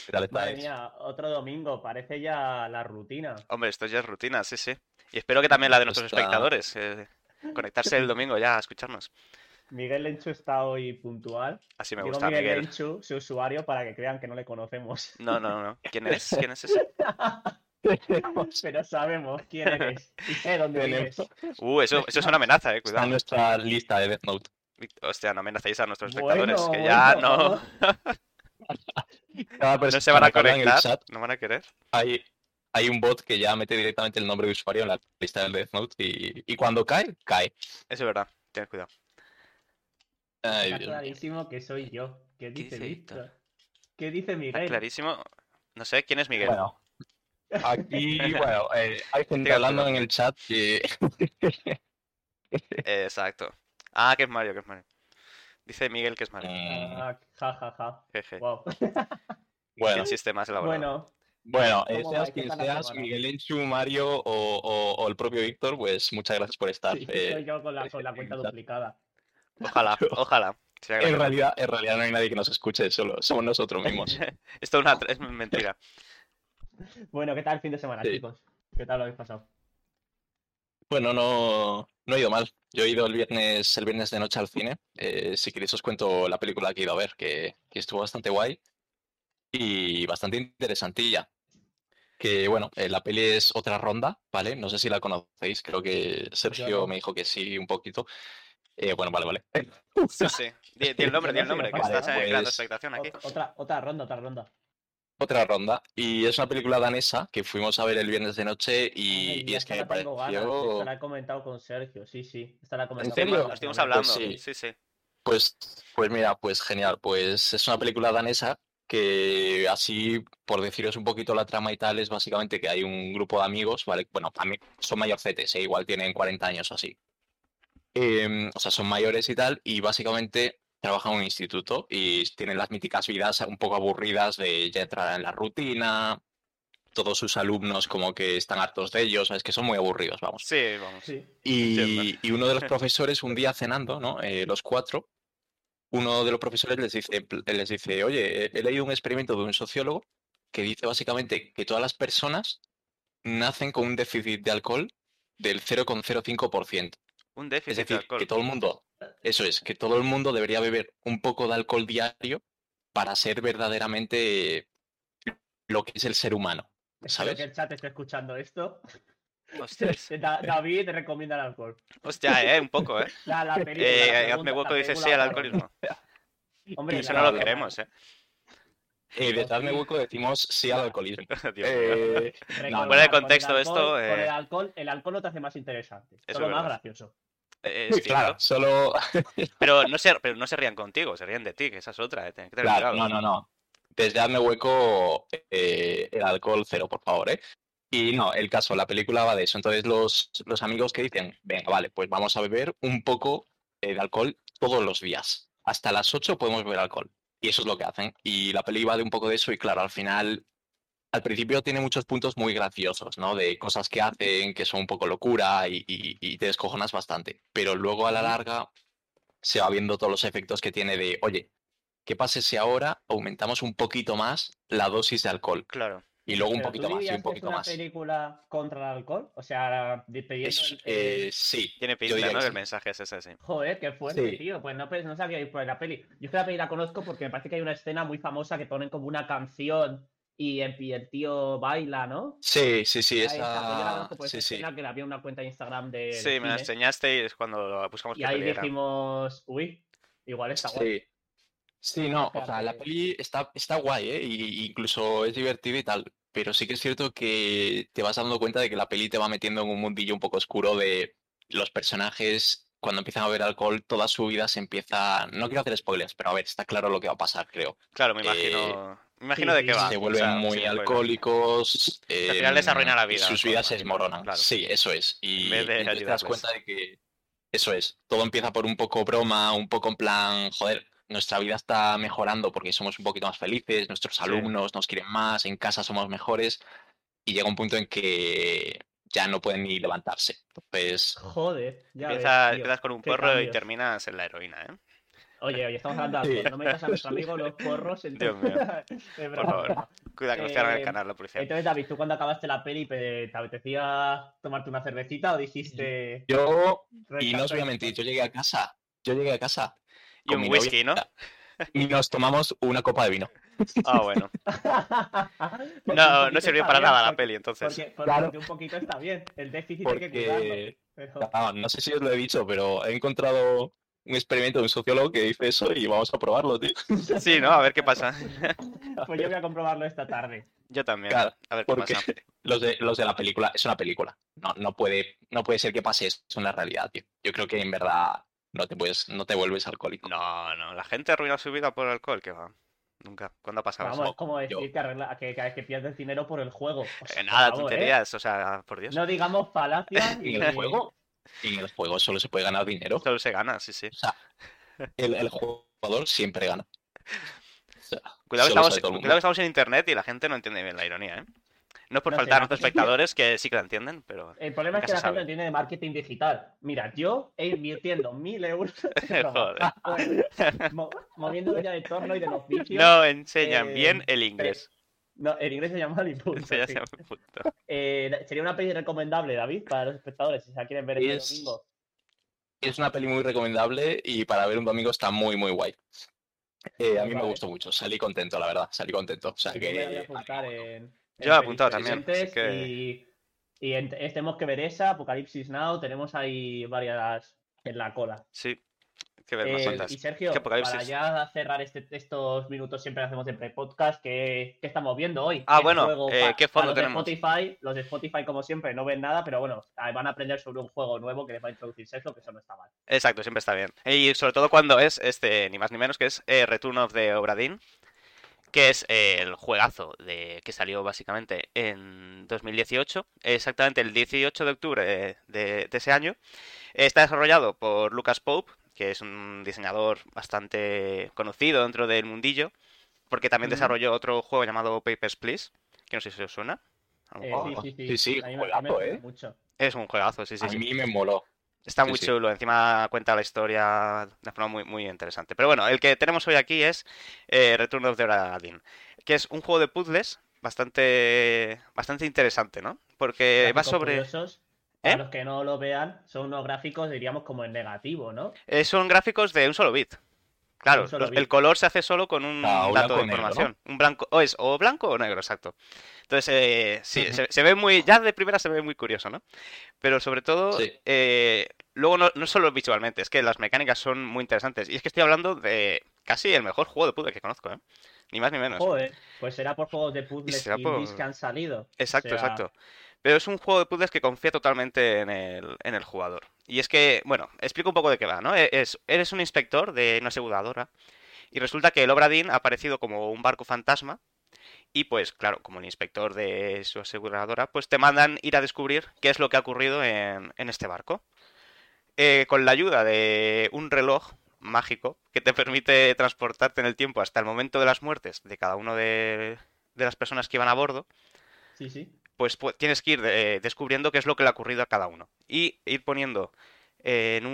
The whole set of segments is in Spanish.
tal Madre estáis? mía, otro domingo, parece ya la rutina. Hombre, esto ya es rutina, sí, sí. Y espero que también la de nuestros Está... espectadores. Conectarse el domingo ya a escucharnos. Miguel Lenchu está hoy puntual. Así me Digo gusta, Miguel Miguel. Lenchu, su usuario, para que crean que no le conocemos. No, no, no. ¿Quién es? ¿Quién es ese? tenemos, Pero sabemos quién eres y sé dónde tenemos- vives. Eso es una amenaza, está en cuidado. nuestra lista de Death Note. Hostia, no amenacéis a nuestros espectadores, Bueno, que ya bueno, no, vamos. Cada no se van persona a que habla en el conectar, chat, no van a querer. hay, hay un bot que ya mete directamente el nombre de usuario en la lista del Death Note y cuando cae, cae. Eso es verdad, ten cuidado. Ay, Está Dios mío. clarísimo que soy yo. ¿Qué ¿Qué dice dice Víctor? Víctor? ¿Qué dice Está Miguel? clarísimo. No sé, ¿quién es Miguel? Bueno, aquí, bueno, hay gente Investiga tu hablando en nombre. el chat que... Exacto. Ah, que es Mario, que es Mario. Dice Miguel que es Mario. Mm, Ja, ja, ja. Jeje. Wow. ¿Quién bueno, sí esté más elaborado? Bueno, bueno, ¿cómo seas vais? ¿Qué quien tal la seas, semana? Miguel Enchu, Mario o el propio Víctor, pues muchas gracias por estar Sí, soy yo con la en cuenta el chat. duplicada. Ojalá, ojalá. Sería gracioso. En realidad no hay nadie que nos escuche, solo somos nosotros mismos. Esto es mentira. Bueno, ¿qué tal el fin de semana, Sí. chicos? ¿Qué tal lo habéis pasado? Bueno, no he ido mal. Yo he ido el viernes de noche al cine. Si queréis os cuento la película que he ido a ver, que estuvo bastante guay y bastante interesantilla. Que bueno, la peli es Otra Ronda, ¿vale? No sé si la conocéis, creo que Yo Sergio me no. dijo que sí un poquito. Bueno, vale, vale. Sí, sí. Yo Di no el sé qué nombre, que Vale, estás pasa. creando pues expectación aquí. Otra ronda. Otra Ronda. Y es una película danesa que fuimos a ver el viernes de noche Ay, y es que esta me la tengo ganas. Esta pareció... la he comentado con Sergio. Sí, sí. Esta la he ¿En comentado con Lo serio? Sergio estuvimos últimamente. Pues hablando. sí. Sí. Sí, sí. Pues, pues mira, pues genial. Pues es una película danesa que así, por deciros un poquito la trama y tal, es básicamente que hay un grupo de amigos, ¿vale? Bueno, son mayorcetes, igual tienen 40 años o así. O sea, son mayores y tal, y básicamente trabajan en un instituto y tienen las míticas vidas un poco aburridas de ya entrar en la rutina, todos sus alumnos como que están hartos de ellos, es que son muy aburridos, vamos. Sí, vamos. Sí. Entiendo. Y uno de los profesores un día cenando, ¿no? Los cuatro, uno de los profesores les dice, oye, he leído un experimento de un sociólogo que dice básicamente que todas las personas nacen con un déficit de alcohol del 0,05%. Un Es déficit de decir, que alcohol. todo el mundo, eso es, que todo el mundo debería beber un poco de alcohol diario para ser verdaderamente lo que es el ser humano, Espero que ¿sabes? el chat esté escuchando esto. Ostras. David recomienda el alcohol. Hostia, un poco, ¿eh? La película, Hazme la hueco, dice sí película al Otra Ronda. alcoholismo. Hombre, Y Eso no lo claro, queremos, ¿eh? de Dadme Hueco decimos sí al alcoholismo. Dios mío. Fuera de No. recordar, contexto esto, con el alcohol no te hace más interesante, eso es solo más verdad. gracioso. Es Claro, cierto. solo... Pero no se rían contigo, se ríen de ti, que esa es otra, Tienes que tener Claro, cuidado. no. Desde Dadme Hueco el alcohol cero, por favor, ¿eh? Y no, el caso, la película va de eso. Entonces los amigos que dicen, venga, vale, pues vamos a beber un poco de alcohol todos los días. Hasta las 8 podemos beber alcohol. Y eso es lo que hacen. Y la peli va de un poco de eso y claro, al final, al principio tiene muchos puntos muy graciosos, ¿no? De cosas que hacen, que son un poco locura y te descojonas bastante. Pero luego a la Ujú. larga se va viendo todos los efectos que tiene de, oye, ¿qué pasa si ahora aumentamos un poquito más la dosis de alcohol? Claro. Y luego un Pero ¿tú poquito más y un dirías que es poquito una más. película contra el alcohol? O sea, pidiendo el... Sí, Tiene yo pinta, diría ¿no? que Que el sí. mensaje es ese, sí. Joder, qué fuerte, Sí, tío. Pues no sabía ir por la peli. Yo es que la peli la conozco porque me parece que hay una escena muy famosa que ponen como una canción y el tío baila, ¿no? sí, Ahí está, pues yo la esa, conozco por esa sí, sí. escena que la vi en una cuenta de Instagram de Sí, me la cine. enseñaste y es cuando lo buscamos Y qué ahí peli era. dijimos, uy, igual está guay. Sí, sí, no, o sea, la Fíjate. peli está guay, ¿eh? Y incluso es divertida y tal, pero sí que es cierto que te vas dando cuenta de que la peli te va metiendo en un mundillo un poco oscuro de los personajes, cuando empiezan a beber alcohol, toda su vida se empieza, no quiero hacer spoilers, pero a ver, está claro lo que va a pasar, creo. Claro, Eh, me Sí, imagino de qué sí. Se va. O vuelven sea, muy sin spoiler. alcohólicos, Que al final les arruina la y vida el sus alcohol, vidas se imagino. desmoronan. Claro. Sí, eso es. En vez Y de entonces te das cuenta ayudarles. de que eso es. Todo empieza por un poco broma, un poco en plan, joder, nuestra vida está mejorando porque somos un poquito más felices, nuestros Sí. alumnos nos quieren más, en casa somos mejores, y llega un punto en que ya no pueden ni levantarse. Entonces, Joder, ya ves, tío. Empiezas con un Qué porro y cambios. terminas en la heroína, ¿eh? Oye, estamos hablando de Sí. alcohol. No metas a nuestro amigo los porros en Dios mío. Es Por broma, favor, broma. cuida que nos cierran el Eh, canal la policía. Entonces, David, ¿tú cuando acabaste la peli te apetecía tomarte una cervecita o dijiste Yo, y no os voy a rescatar? mentir, yo llegué a casa Y con un mi whisky, ¿no? novia y nos tomamos una copa de vino. Ah, bueno. Porque un No poquito sirvió está para bien, nada la porque- peli, entonces. Claro. porque un poquito está bien. El déficit hay que cuidarlo. Porque, Pero, no sé si os lo he dicho, pero he encontrado un experimento de un sociólogo que dice eso y vamos a probarlo, tío. Sí, ¿no? A ver qué pasa. pues yo voy a comprobarlo esta tarde. Yo también. Claro, A ver qué porque pasa. los de la película, es una película. No puede ser que pase eso en la realidad, tío. Yo creo que en verdad no te vuelves alcohólico. No, la gente arruina su vida por el alcohol, que va. Nunca. ¿Cuándo ha pasado Vamos, eso? es como yo- decir que pierdes dinero por el juego. O sea, Nada, por favor, tonterías, o sea, por Dios. No digamos falacias En el juego solo se puede ganar dinero. Solo se gana, sí. O sea, el jugador siempre gana. O sea, Cuidado que, eso lo estamos, sabe todo el cuidado que mundo. estamos en internet y la gente no entiende bien la ironía, ¿eh? No es por No sé, faltar a la nuestros gente- espectadores que sí que la entienden, pero El problema es nunca que se la gente no sabe. entiende de marketing digital. Mira, yo invirtiendo 1.000 euros en Joder. moviendo ya de torno y de oficio. No enseñan eh, bien el inglés. No, en inglés se llama Liput. Eso ya se me punto. Sería una peli recomendable, David, para los espectadores, si se la quieren ver este Es- domingo. Es una peli muy recomendable y para ver un domingo está muy, muy guay. A mí me Vale. gustó mucho, salí contento, la verdad, salí contento. O sea Yo me la voy a que... apuntar en Yo he apuntado pelis también, presentes así que- tenemos que ver esa, Apocalipsis Now, tenemos ahí varias en la cola. Sí, hay que ver unas cuantas. Y Sergio, ¿Qué apocalipsis? para ya cerrar estos minutos siempre hacemos de pre-podcast, ¿qué estamos viendo hoy? Ah, ¿Qué bueno, juego ¿qué fondo para tenemos? los de Spotify, como siempre, no ven nada, pero bueno, van a aprender sobre un juego nuevo que les va a introducir Sergio, que eso no está mal. Exacto, siempre está bien. Y sobre todo cuando es ni más ni menos que es Return of the Obra Dinn, que es el juegazo que salió básicamente en 2018, exactamente el 18 de octubre de ese año. Está desarrollado por Lucas Pope, que es un diseñador bastante conocido dentro del mundillo, porque también desarrolló otro juego llamado Papers, Please, que no sé si os suena. A lo mejor. Sí, A mí juegazo, me gusta mucho. Es un juegazo, sí. A mí me moló. Está Sí, muy sí. chulo, encima cuenta la historia de una forma muy, muy interesante. Pero bueno, el que tenemos hoy aquí es Return of the Obra Dinn, que es un juego de puzzles bastante interesante, ¿no? Porque va Gráficos sobre... curiosos, para los que no lo vean, son unos gráficos, diríamos, como en negativo, ¿no? son gráficos de un solo bit. Claro, Un solo bit. el color se hace solo con un Ah, un dato de blanco o negro, información. Un blanco, o blanco o negro, exacto. Entonces, sí, se ve muy, ya de primera se ve muy curioso, ¿no? Pero sobre todo, Sí. luego no solo visualmente, es que las mecánicas son muy interesantes. Y es que estoy hablando de casi el mejor juego de puzzle que conozco, ¿eh? Ni más ni menos. Joder, pues será por juegos de puzzles será por- indies que han salido. Exacto, O sea, exacto. Pero es un juego de puzzles que confía totalmente en el jugador. Y es que, bueno, explico un poco de qué va, ¿no? Eres un inspector de una aseguradora y resulta que el Obra Dinn ha aparecido como un barco fantasma y pues, claro, como el inspector de su aseguradora, pues te mandan ir a descubrir qué es lo que ha ocurrido en este barco. Con la ayuda de un reloj mágico que te permite transportarte en el tiempo hasta el momento de las muertes de cada uno de las personas que iban a bordo, sí. pues tienes que ir descubriendo qué es lo que le ha ocurrido a cada uno. Y ir poniendo en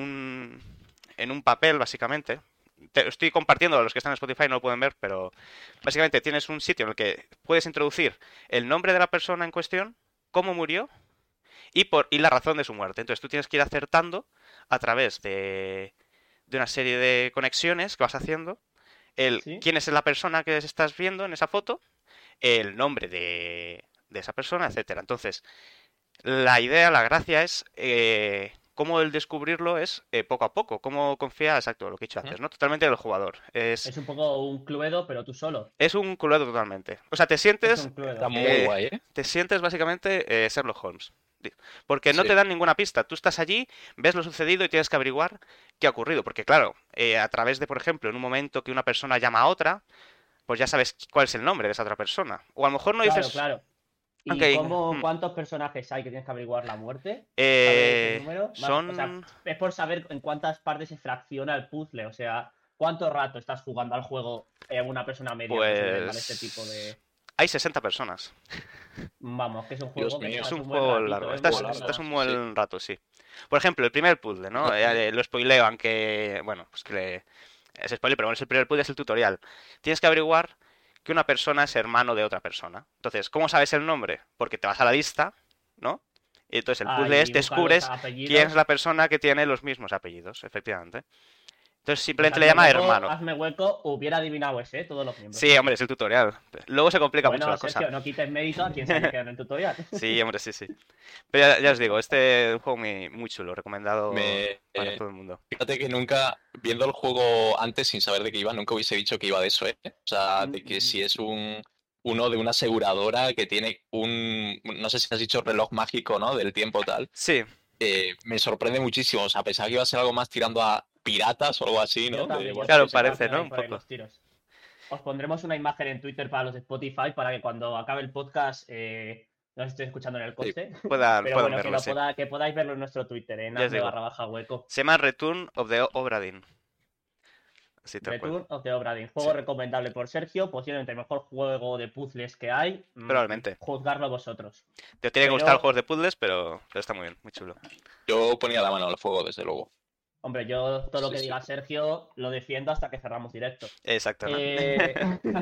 un papel, básicamente. Estoy compartiendo, a los que están en Spotify no lo pueden ver, pero básicamente tienes un sitio en el que puedes introducir el nombre de la persona en cuestión, cómo murió y la razón de su muerte. Entonces tú tienes que ir acertando a través de una serie de conexiones que vas haciendo ¿Sí? quién es la persona que estás viendo en esa foto, el nombre de esa persona, etcétera. Entonces, la idea, la gracia es cómo el descubrirlo es poco a poco, cómo confía, exacto, lo que he dicho antes, ¿no? Totalmente del jugador. Es un poco un Cluedo, pero tú solo. Es un Cluedo totalmente. O sea, te Es sientes, un Cluedo. Está muy guay, ¿eh? te sientes básicamente Sherlock Holmes. Porque no Sí. te dan ninguna pista. Tú estás allí, ves lo sucedido y tienes que averiguar qué ha ocurrido. Porque claro, a través de, por ejemplo, en un momento que una persona llama a otra, pues ya sabes cuál es el nombre de esa otra persona. O a lo mejor no Claro, dices... claro. ¿Y Ok, cuántos personajes hay que tienes que averiguar la muerte? Eh, ¿Sabes el número? son... O sea, es por saber en cuántas partes se fracciona el puzzle. O sea, ¿cuánto rato estás jugando al juego una persona media? Pues- Que se vengan este tipo de... Hay 60 personas. Vamos, que es un juego Dios que mío. estás Es un buen juego ratito, largo. ¿eh? Estás, Muy largo. estás un buen rato, sí. Por ejemplo, el primer puzzle, ¿no? Lo spoileo, aunque, bueno, pues que es spoiler, pero bueno, el primer puzzle es el tutorial. Tienes que averiguar que una persona es hermano de otra persona. Entonces, ¿cómo sabes el nombre? Porque te vas a la lista, ¿no? Y entonces el puzzle es Y buscar los descubres quién es apellidos. la persona que tiene los mismos apellidos, efectivamente. Entonces Pues simplemente le llama hermano. hazme hueco, hubiera adivinado ese, todos los miembros. Sí, hombre, es el tutorial. Luego se complica mucho Bueno, la cosa. Sergio, no quites mérito a quien se haya quedado en el tutorial. Sí, hombre, sí, sí. Pero ya os digo, este es un juego muy chulo, recomendado para todo el mundo. Fíjate que nunca, viendo el juego antes sin saber de qué iba, nunca hubiese dicho que iba de eso, ¿eh? O sea, de que si es uno de una aseguradora que tiene no sé si has dicho reloj mágico, ¿no? Del tiempo tal. Sí, Me sorprende muchísimo. O sea, pensaba que iba a ser algo más tirando a piratas o algo así, ¿no? Yo también, yo Claro, pensaba parece, que iban ¿no? Un por ahí poco. los tiros. Os pondremos una imagen en Twitter para los de Spotify para que cuando acabe el podcast no os estéis escuchando en el coche. Puedan Pero bueno, verlo, sí. que podáis verlo en nuestro Twitter, en Ya os digo. @hueco. Se llama Return of the Obra Dinn. Así tal cual. Return of the Obra Dinn. Juego Sí. recomendable por Sergio, posiblemente el mejor juego de puzzles que hay. Probablemente. Juzgarlo vosotros. Te tiene que Pero- gustar juegos de puzzles, pero está muy bien, muy chulo. Yo ponía la mano al fuego, desde luego. Hombre, yo todo lo Sí, que sí. diga Sergio lo defiendo hasta que cerramos directo. Exacto, ¿no? Eh,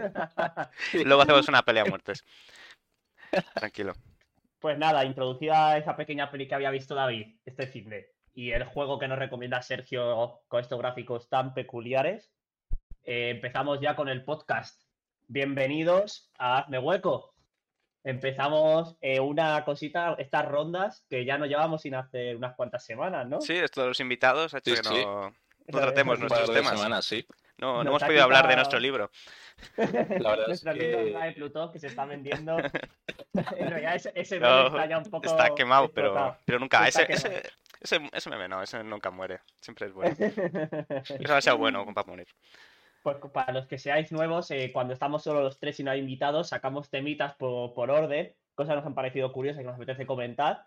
Luego hacemos una pelea a muertes. Tranquilo. Pues nada, introducida esa pequeña peli que había visto David este finde y el juego que nos recomienda Sergio con estos gráficos tan peculiares, empezamos ya con el podcast. Bienvenidos a Hazme Hueco. Empezamos una cosita, estas rondas que ya nos llevamos sin hacer unas cuantas semanas, ¿no? Sí, esto de los invitados ha hecho Sí, que sí. no tratemos Un nuestros par de temas. semanas, sí. No Nos hemos ha podido hablar de quitado- nuestro libro. La verdad es Nuestro libro que... de Plutón que se está vendiendo. En realidad ese No, meme está ya un poco está quemado, explotado. pero nunca. Está Ese meme no, ese nunca muere. Siempre es bueno. Eso ha sido bueno para morir. Pues para los que seáis nuevos, cuando estamos solo los tres y no hay invitados, sacamos temitas por orden, cosas que nos han parecido curiosas y que nos apetece comentar.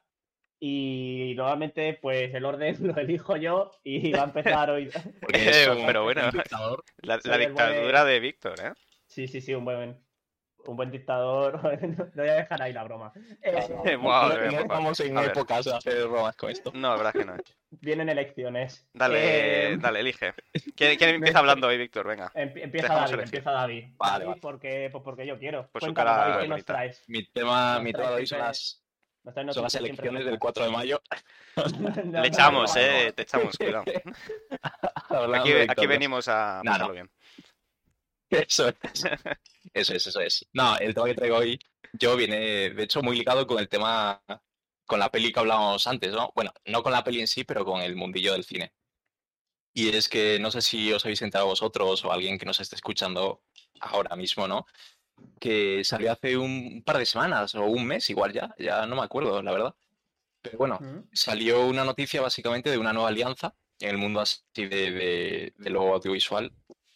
Y normalmente, pues el orden lo elijo yo y va a empezar hoy. Porque somos Pero bueno, un dictador. la Soy el dictadura de Víctor, ¿eh? Sí, un buen dictador. No voy a dejar ahí la broma. Guau, No por favor. estamos en A ver. épocas de hacer bromas con esto. No, la verdad que no. Vienen elecciones. Dale, elige. ¿Quién empieza hablando hoy, Víctor? Venga. Empieza Dejamos David, elegir. empieza David. Vale, David, porque yo quiero. Por su Cuéntanos, cara David, ¿qué nos bonita. traes? Mi tema Nos de trae hoy son siempre- las Nos trae Son las noticias siempre elecciones del frescas. 4 de mayo. No, Le echamos, no. te echamos, cuidado. Hablando Aquí, de aquí dictaduras. venimos a No, pasarlo no. bien. Eso es. Eso es. No, el tema que traigo hoy, yo viene, de hecho, muy ligado con el tema, con la peli que hablábamos antes, ¿no? Bueno, no con la peli en sí, pero con el mundillo del cine. Y es que no sé si os habéis enterado vosotros o alguien que nos esté escuchando ahora mismo, ¿no? Que salió hace un par de semanas o un mes igual ya no me acuerdo, la verdad. Pero bueno, salió una noticia básicamente de una nueva alianza en el mundo así de lo audiovisual,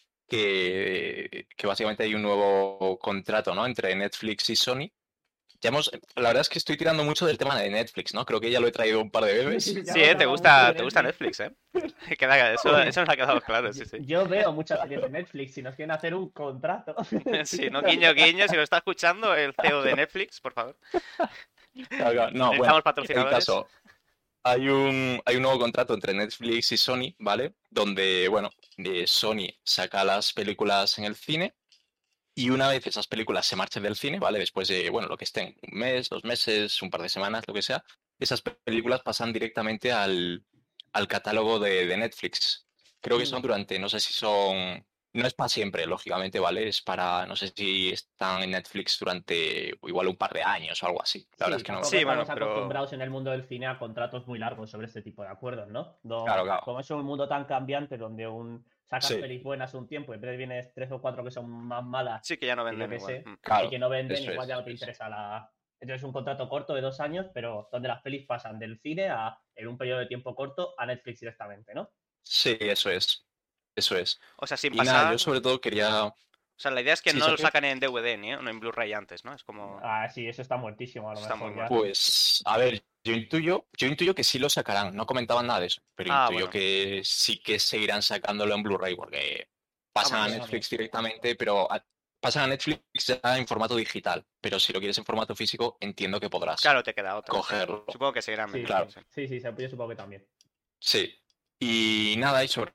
que básicamente hay un nuevo contrato, ¿no? Entre Netflix y Sony. La verdad es que estoy tirando mucho del tema de Netflix, ¿no? Creo que ya lo he traído un par de veces. Ya Sí, hemos te hablado gusta mucho de Netflix, ¿eh? Eso nos ha quedado claro, sí, sí. Yo veo muchas series de Netflix si nos quieren hacer un contrato. Sí, no guiño, guiño, si lo está escuchando el CEO de Netflix, por favor. Claro, no, Necesitamos bueno, patrocinadores. el caso, hay un nuevo contrato entre Netflix y Sony, ¿vale? Donde, bueno, Sony saca las películas en el cine y una vez esas películas se marchen del cine, ¿vale? Después de, bueno, lo que estén, un mes, 2 meses, un par de semanas, lo que sea, esas películas pasan directamente al catálogo de Netflix. Creo que son durante, no sé si son... No es para siempre, lógicamente, ¿vale? Es para, no sé si están en Netflix durante igual un par de años o algo así. La verdad es que no. tampoco Sí, bueno, estamos pero- acostumbrados en el mundo del cine a contratos muy largos sobre este tipo de acuerdos, ¿no? Claro. Como es un mundo tan cambiante donde sacas Sí. pelis buenas un tiempo y después vienes 3 o 4 que son más malas Sí, que ya no y yo venden qué igual. sé, Claro, y que no venden, eso igual es, ya no te eso es. interesa la... Entonces es un contrato corto de 2 años, pero donde las pelis pasan del cine en un periodo de tiempo corto, a Netflix directamente, ¿no? Sí, eso es. Eso es. O sea, sin Y pasar... nada, yo sobre todo quería... O sea, la idea es que Sí, no lo Sergio. sacan en DVD, ni no en Blu-ray antes, ¿no? Es como... Ah, sí, eso está muertísimo a lo Está mejor muy ya. Pues, a ver, yo intuyo que sí lo sacarán. No comentaban nada de eso, pero Ah, intuyo bueno. que sí que seguirán sacándolo en Blu-ray porque pasan a bueno, Netflix directamente, pero pasan a Netflix ya en formato digital. Pero si lo quieres en formato físico, entiendo que podrás Claro, te queda otra. cogerlo. Supongo que seguirán Sí, vendiendo. claro. Sí. Sí, yo supongo que también. Sí. Y nada, y sobre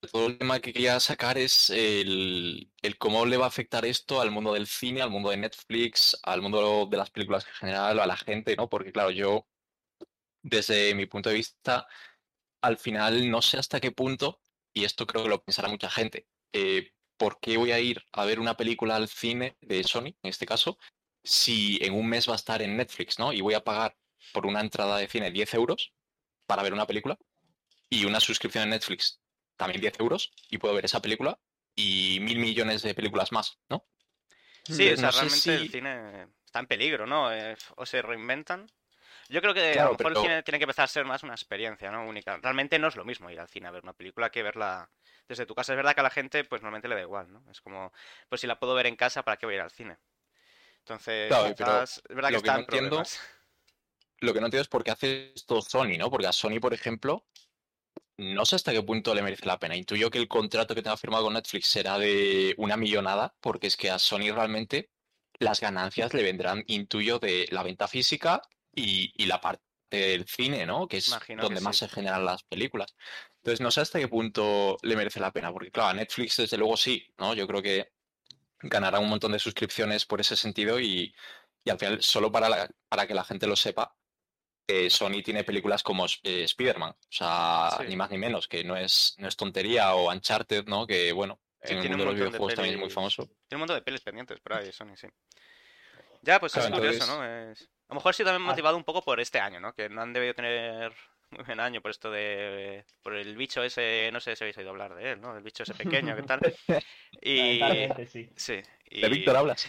todo el tema que quería sacar es el cómo le va a afectar esto al mundo del cine, al mundo de Netflix, al mundo de las películas en general, a la gente, ¿no? Porque claro, yo, desde mi punto de vista, al final no sé hasta qué punto, y esto creo que lo pensará mucha gente, ¿por qué voy a ir a ver una película al cine de Sony, en este caso, si en un mes va a estar en Netflix, ¿no? Y voy a pagar por una entrada de cine 10 euros para ver una película y una suscripción en Netflix también 10 euros y puedo ver esa película y 1.000 millones de películas más, ¿no? Sí, o Entonces Mm. sea, no sé realmente el si... cine está en peligro, ¿no? O se reinventan. Yo creo que a lo Claro, mejor el pero cine tiene que empezar a ser más una experiencia, ¿no? Única. Realmente no es lo mismo ir al cine a ver una película que verla desde tu casa. Es verdad que a la gente, pues normalmente le da igual, ¿no? Es como, pues si la puedo ver en casa, ¿para qué voy a ir al cine? Entonces, claro, pero quizás, es verdad que lo que está no en entiendo, problemas. lo que no entiendo es por qué hace esto Sony, ¿no? Porque a Sony, por ejemplo, no sé hasta qué punto le merece la pena. Intuyo que el contrato que tenga firmado con Netflix será de una millonada, porque es que a Sony realmente las ganancias le vendrán, intuyo, de la venta física y la parte del cine, ¿no? Que es Imagino que donde más sí. se generan las películas. Entonces, no sé hasta qué punto le merece la pena, porque claro, a Netflix desde luego sí, ¿no? Yo creo que ganará un montón de suscripciones por ese sentido y al final, solo para que la gente lo sepa, Sony tiene películas como Spider-Man, o sea, Sí. ni más ni menos, que no es tontería, o Uncharted, ¿no? Que bueno, Sí, en el tiene un mundo de los montón de videojuegos también es muy pelis. famoso. Tiene un montón de pelis pendientes por ahí, Sony, sí. Ya, pues es Claro, curioso, entonces, ¿no? A lo mejor sí también Ah, motivado un poco por este año, ¿no? Que no han debido tener muy buen año por esto de... Por el bicho ese, no sé si habéis oído hablar de él, ¿no? El bicho ese pequeño, ¿qué tal? Y... lamentablemente sí. Sí, ¿de Víctor y... hablas?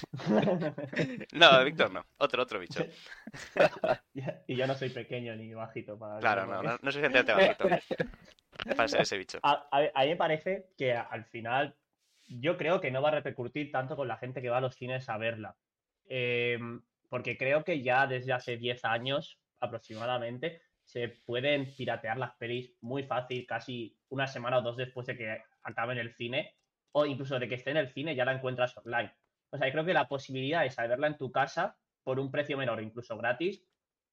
No, de Víctor no, otro bicho. Y yo no soy pequeño ni bajito para que Claro, sepa no, que. no, no soy suficientemente bajito para ser ese bicho. A mí me parece que al final yo creo que no va a repercutir tanto con la gente que va a los cines a verla. Eh, Porque creo que ya desde hace 10 años aproximadamente se pueden piratear las pelis muy fácil, casi una semana o dos después de que acabe en el cine, o incluso de que esté en el cine ya la encuentras online. O sea, yo creo que la posibilidad esa de verla en tu casa por un precio menor o incluso gratis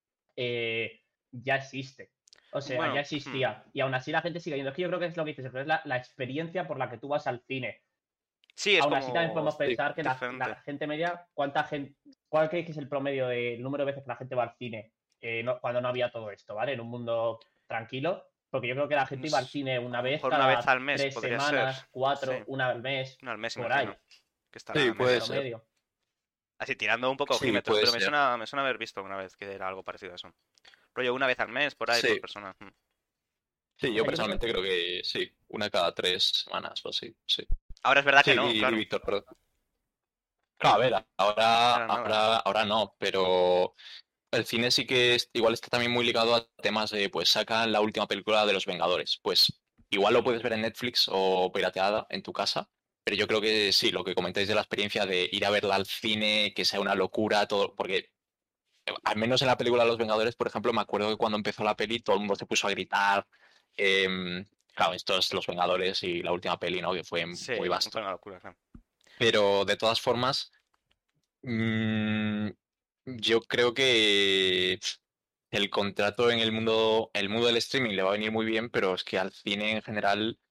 ya existe. O sea, ya Bueno, existía. Y aún así la gente sigue yendo. Es que yo creo que es lo que dices, es la experiencia por la que tú vas al cine. sí, es Aún así también como podemos Sí. pensar que diferente. la gente media, ¿cuánta gente, cuál creéis que es el promedio del número de veces que la gente va al cine cuando no había todo esto, ¿vale? En un mundo tranquilo. Porque yo creo que la gente iba al Pues, cine a una lo vez mejor una vez cada al mes tres podría ser. semanas, Sí, cuatro, una al mes, no al mes por ahí, imagino. Que estará Sí, la en puede media. ser. promedio. Así tirando un poco Sí, ojímetro, puede pero ser. me suena haber visto una vez que era algo parecido a eso. Rollo una vez al mes, por ahí, por Sí, persona. sí, O yo sea, yo creo. personalmente creo que sí, una cada 3 semanas o así, sí. Ahora es verdad Sí, que no, di claro. Víctor, perdón. Claro, a ver, ahora, Ahora nada. ahora no, pero el cine sí que igual está también muy ligado a temas de, pues sacan la última película de Los Vengadores. Pues igual lo puedes ver en Netflix o pirateada en tu casa, pero yo creo que sí, lo que comentáis de la experiencia de ir a verla al cine, que sea una locura, todo, porque al menos en la película de Los Vengadores, por ejemplo, me acuerdo que cuando empezó la peli todo el mundo se puso a gritar. Claro, esto es Los Vengadores y la última peli, ¿no? Que fue Sí, muy fue vasto. una locura, claro. Pero de todas formas, mm, yo creo que el contrato en el mundo del streaming le va a venir muy bien, pero es que al cine en general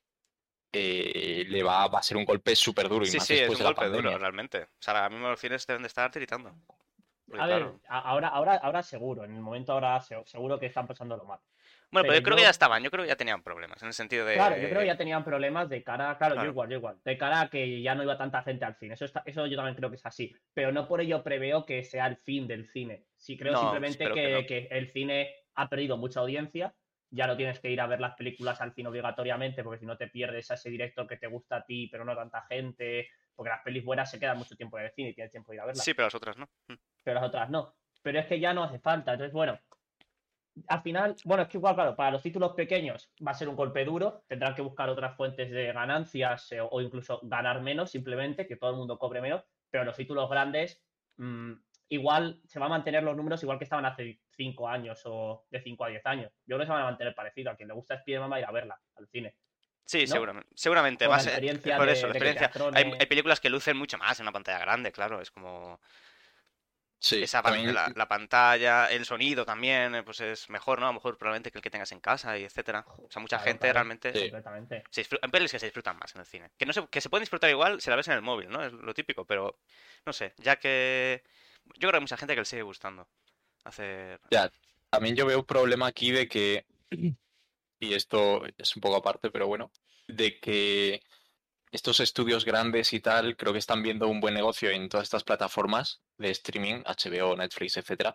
va a ser un golpe súper duro y Sí, más sí, es después un de la golpe duro, pandemia. realmente. O sea, ahora mismo los cines deben de estar tiritando. Porque A ver, claro. ahora seguro, en el momento ahora seguro que están pasándolo mal. Bueno, pero Pero yo creo que ya yo, estaban, yo creo que ya tenían problemas, en el sentido claro, yo creo que de... ya tenían problemas de cara, claro, Claro. yo igual, de cara a que ya no iba tanta gente al cine. Eso yo también creo que es así. Pero no por ello preveo que sea el fin del cine. Sí creo No, simplemente espero que no. que el cine ha perdido mucha audiencia. Ya no tienes que ir a ver las películas al cine obligatoriamente, porque si no te pierdes a ese directo que te gusta a ti, pero no a tanta gente. Porque las pelis buenas se quedan mucho tiempo en el cine y tienes tiempo de ir a verlas. Sí, pero las otras no. Pero las otras no. Pero es que ya no hace falta. Entonces, bueno, al final, bueno, es que igual, claro, para los títulos pequeños va a ser un golpe duro, tendrán que buscar otras fuentes de ganancias o incluso ganar menos, simplemente, que todo el mundo cobre menos, pero los títulos grandes, mmm, igual se van a mantener los números igual que estaban hace 5 años o de 5 a 10 años. Yo creo que se van a mantener parecido. A quien le gusta Spider-Man va a ir a verla al cine, Sí, ¿no? seguramente. Seguramente. Por Va a la ser... Es experiencia por eso, la de que te experiencia. Hay atrone. películas que lucen mucho más en una pantalla grande, claro. Es como... Sí, Esa también, la pantalla, el sonido también, pues es mejor, ¿no? A lo mejor probablemente que el que tengas en casa y etcétera. O sea, mucha Claro, gente claro, realmente sí, completamente. en pelis que se disfrutan más en el cine. Que no se, que se pueden disfrutar igual si la ves en el móvil, ¿no? Es lo típico, pero no sé, ya que yo creo que hay mucha gente que le sigue gustando hacer. ya. También yo veo un problema aquí de que, y esto es un poco aparte, pero bueno, de que estos estudios grandes y tal, creo que están viendo un buen negocio en todas estas plataformas de streaming, HBO, Netflix, etcétera.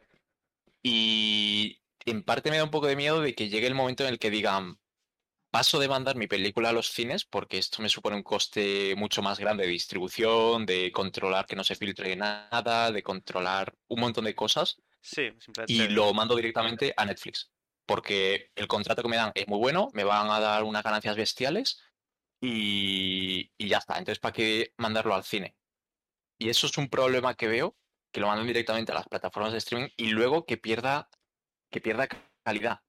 Y en parte me da un poco de miedo de que llegue el momento en el que digan, paso de mandar mi película a los cines porque esto me supone un coste mucho más grande de distribución, de controlar que no se filtre nada, de controlar un montón de cosas Sí, y simplemente. lo mando directamente a Netflix. Porque el contrato que me dan es muy bueno, me van a dar unas ganancias bestiales y ya está. Entonces, ¿para qué mandarlo al cine? Y eso es un problema que veo, que lo mandan directamente a las plataformas de streaming y luego que pierda calidad.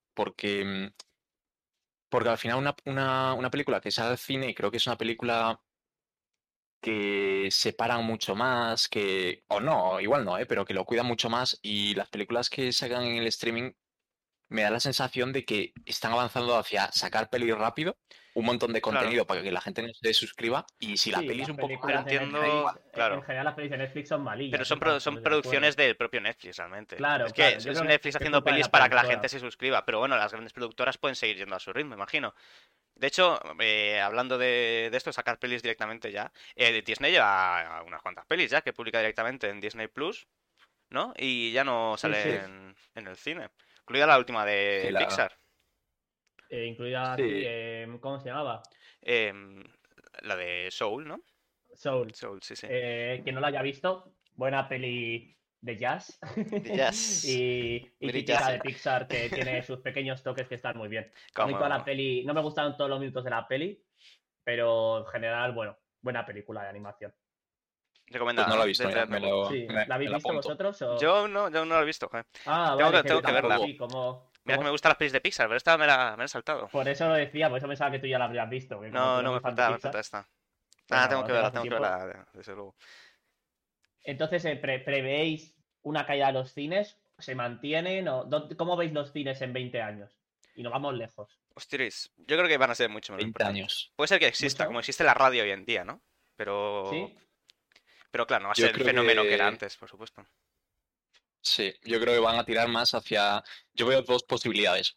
Porque al final una película que sale al cine, y creo que es una película que separan mucho más, o no, igual no, pero que lo cuidan mucho más y las películas que sacan en el streaming me da la sensación de que están avanzando hacia sacar pelis rápido, un montón de Claro. contenido para que la gente no se suscriba y si la Sí, peli es las un poco Pero películas mala, de me da entiendo, Netflix, igual. en claro. general las pelis de Netflix son Pero malillas, son, estamos son todos de acuerdo. producciones del propio Netflix, realmente. Claro, Es que claro, yo es creo Netflix que es haciendo culpa de pelis la para que la gente productora. se suscriba. Pero bueno, las grandes productoras pueden seguir yendo a su ritmo, imagino. De hecho, hablando de esto, sacar pelis directamente ya. Disney lleva unas cuantas pelis ya que publica directamente en Disney Plus, ¿no? Y ya no Sí, sí, salen en el cine. Incluida la última Sí, de Pixar. incluida aquí, sí, ¿cómo se llamaba? Em, la de Soul, ¿no? Soul. Soul, sí, sí. Quien no la haya visto, buena peli de jazz De Jazz. y Very típica jazzy. de Pixar que tiene sus pequeños toques que están muy bien. A mí toda la Como peli, no me gustaron todos los minutos de la peli, pero en general, bueno, buena película de animación. pues recomendada, no la he ¿no? visto, Dentro mira, de me poco. lo, Sí, me, ¿la habéis me lo visto apunto. vosotros? O... Yo no la he visto, joder. Ah, vale, que Yo tú Tengo que tampoco, verla. sí, como, Mira que me como... gustan las pelis de Pixar, pero esta me la he saltado. Por eso lo decía, por eso pensaba que tú ya la habrías visto, que como tú No, eres no, muy fan de me Pixar, falta esta. pues Ah, nada, cuando tengas un tengo que tiempo. verla, desde luego. Entonces, ¿prevéis una caída de los cines? ¿Se mantienen? ¿Cómo veis los cines en 20 años? Y nos vamos lejos. Hostias, yo creo que van a ser mucho menos 20 importantes. años. Puede ser que exista, como ¿Mucho? existe la radio hoy en día, ¿no? Pero, ¿Sí? pero claro, no va a ser Yo el creo fenómeno que era que antes, por supuesto. sí, yo creo que van a tirar más hacia. Yo veo dos posibilidades.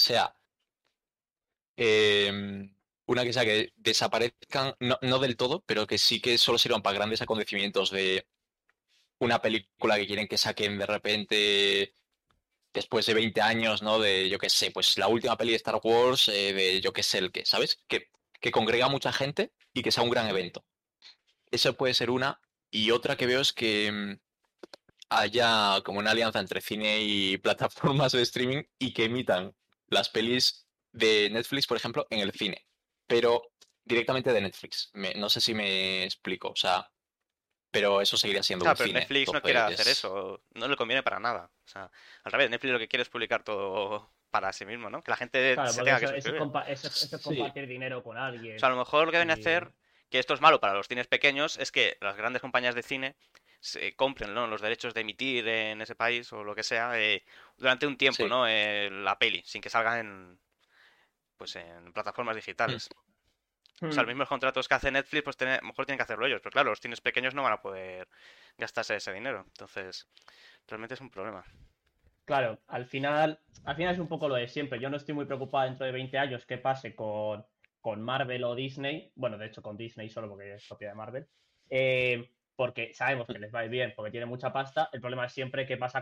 Eh, una que sea que desaparezcan, no, no del todo, pero que sí que solo sirvan para grandes acontecimientos de una película que quieren que saquen de repente después de 20 años, ¿no? De, yo qué sé, pues la última peli de Star Wars, de yo qué sé el qué, ¿sabes? Que congrega a mucha gente y que sea un gran evento. Esa puede ser una. Y otra que veo es que haya como una alianza entre cine y plataformas de streaming y que emitan las pelis de Netflix, por ejemplo, en el cine, pero directamente de Netflix. No sé si me explico, o sea, pero eso seguiría siendo un Claro, pero cine. Netflix no quiere hacer Entonces, eso, no le conviene para nada. O sea, al revés, Netflix lo que quiere es publicar todo para sí mismo, ¿no? Que la gente Claro, se porque tenga que eso suscribir. es sí, compartir dinero con O alguien. sea, a lo mejor lo que deben Y... hacer, que esto es malo para los cines pequeños, es que las grandes compañías de cine se compren, ¿no? Los derechos de emitir en ese país o lo que sea durante un tiempo, sí. ¿no? La peli, sin que salga pues en plataformas Mm. digitales. O sea, los Hmm, mismos contratos que hace Netflix, pues a lo mejor tienen que hacerlo ellos. Pero claro, los cines pequeños no van a poder gastarse ese dinero. Entonces, realmente es un problema. claro, al final es un poco lo de siempre. Yo no estoy muy preocupado dentro de 20 años qué pase con Marvel o Disney. Bueno, de hecho con Disney solo porque es propiedad de Marvel. Porque sabemos que les va a ir bien, porque tiene mucha pasta. El problema es siempre qué pasa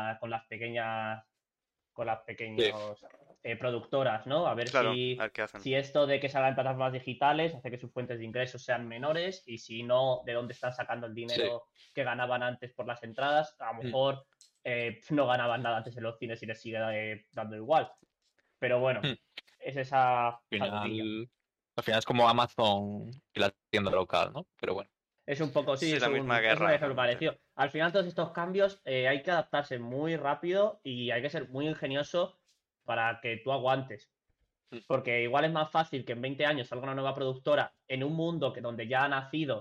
Sí. con las pequeños productoras, ¿no? A ver Claro, a si, ver qué hacen. si esto de que salgan en plataformas digitales hace que sus fuentes de ingresos sean menores y si no, de dónde están sacando el Sí. dinero que ganaban antes por las entradas. A lo Mm. mejor no ganaban nada antes en los cines y les sigue dando igual. Pero bueno, Mm. es esa dudilla. Al final es como Amazon y la tienda local, ¿no? Pero bueno. Es un poco, sí, Sí, la misma es un guerra, ejemplo realmente. parecido. Al final, todos estos cambios hay que adaptarse muy rápido y hay que ser muy ingenioso para que tú aguantes. Mm. Porque igual es más fácil que en 20 años salga una nueva productora en un mundo donde ya ha nacido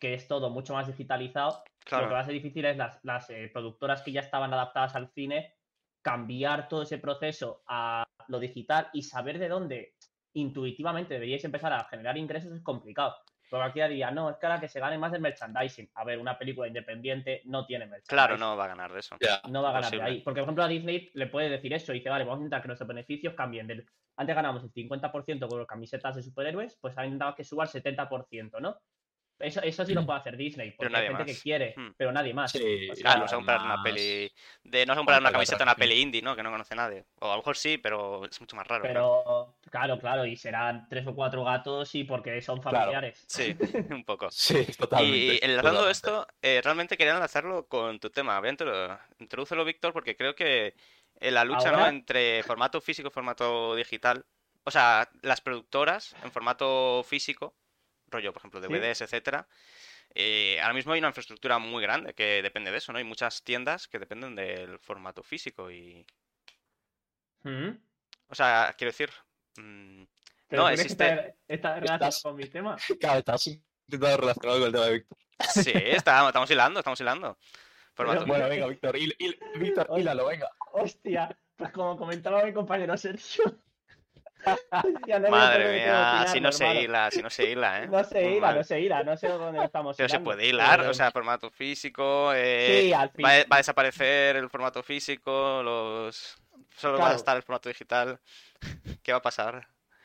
que es todo mucho más digitalizado, Claro. lo que va a ser difícil es las productoras que ya estaban adaptadas al cine, cambiar todo ese proceso a lo digital y saber de dónde intuitivamente deberíais empezar a generar ingresos es complicado. Porque cualquiera diría, no, es que ahora que se gane más del merchandising. A ver, una película independiente no tiene Claro, merchandising. no va a ganar de eso. Ya, No va a ganar de Imposible. ahí. Porque, por ejemplo, a Disney le puede decir eso. Dice, vale, vamos a intentar que nuestros beneficios cambien. Antes ganamos el 50% con las camisetas de superhéroes, pues han intentado que suba al 70%, ¿no? Eso sí lo puede hacer Disney, Pero porque hay nadie gente que más. quiere, pero nadie más. sí, O Ah, no sea, vas a comprar una peli. No vas a comprar falta una de camiseta de una atracción. peli indie, ¿no? Que no conoce nadie. O a lo mejor sí, pero es mucho más raro, claro. pero, claro, y serán 3 o 4 gatos y porque son Claro. familiares. Sí, un poco. Sí, totalmente. Y enlazando totalmente. esto, realmente quería enlazarlo con tu tema. Introdúcelo, Víctor, porque creo que la lucha, ¿no? Ahora, Entre formato físico y formato digital. O sea, las productoras en formato físico, rollo, por ejemplo, sí. DVDs, etcétera. Ahora mismo hay una infraestructura muy grande que depende de eso, ¿no? Hay muchas tiendas que dependen del formato físico y... Mm. O sea, quiero decir... mm, Pero no, tú crees que existe... está relacionado Estás, con mi tema. claro, estás intentando relacionado con el tema de Víctor. Sí, estamos hilando, estamos hilando. Pero, Formato... Bueno, venga, Víctor, Víctor, hílalo, venga. hostia, pues como comentaba mi compañero Sergio, ya no veo por Madre dónde tengo que mía, si hilarlo, no se hermano. hila, si no se hila, ¿eh? No se Muy hila, mal. no se hila, no sé dónde lo estamos Pero se hilando. puede hilar, o sea, formato físico, Sí, al fin. va a desaparecer el formato físico, solo va a Claro. estar el formato digital. ¿Qué va a pasar?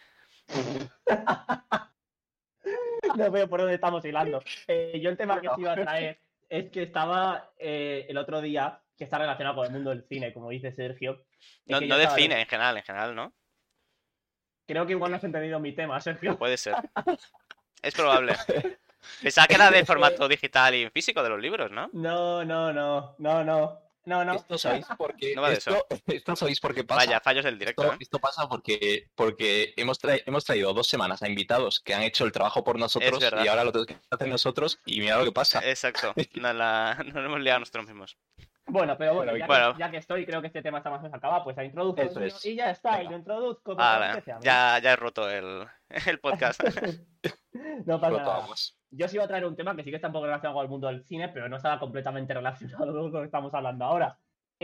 No veo por dónde estamos hilando. Yo el tema que os iba a traer es que estaba el otro día, que está relacionado con el mundo del cine, como dice Sergio. Es No, que yo no de estaba cine, en general, ¿no? Creo que igual no has entendido mi tema, Sergio. Puede ser. Es probable. Pensaba que era de formato digital y físico de los libros, ¿no? No, no, no, no, no, no, no. Esto sabéis por qué, No va de eso. esto sabéis por qué Vaya, pasa. fallos del directo, ¿eh? Esto pasa porque hemos traído 2 semanas a invitados que han hecho el trabajo por nosotros verdad. y ahora lo tenemos que hacer nosotros y mira lo que pasa. Exacto. Nos hemos liado nosotros mismos. Bueno, pero bueno, Bueno. ya que estoy, creo que este tema está más o menos acabado, pues la introduzco Eso yo es. y ya está, y Venga. lo introduzco, porque Vale, apetece a mí. ya he roto el podcast. No pasa Roto nada. aguas. Yo os iba a traer un tema que sí que está un poco relacionado con el mundo del cine, pero no estaba completamente relacionado con lo que estamos hablando ahora.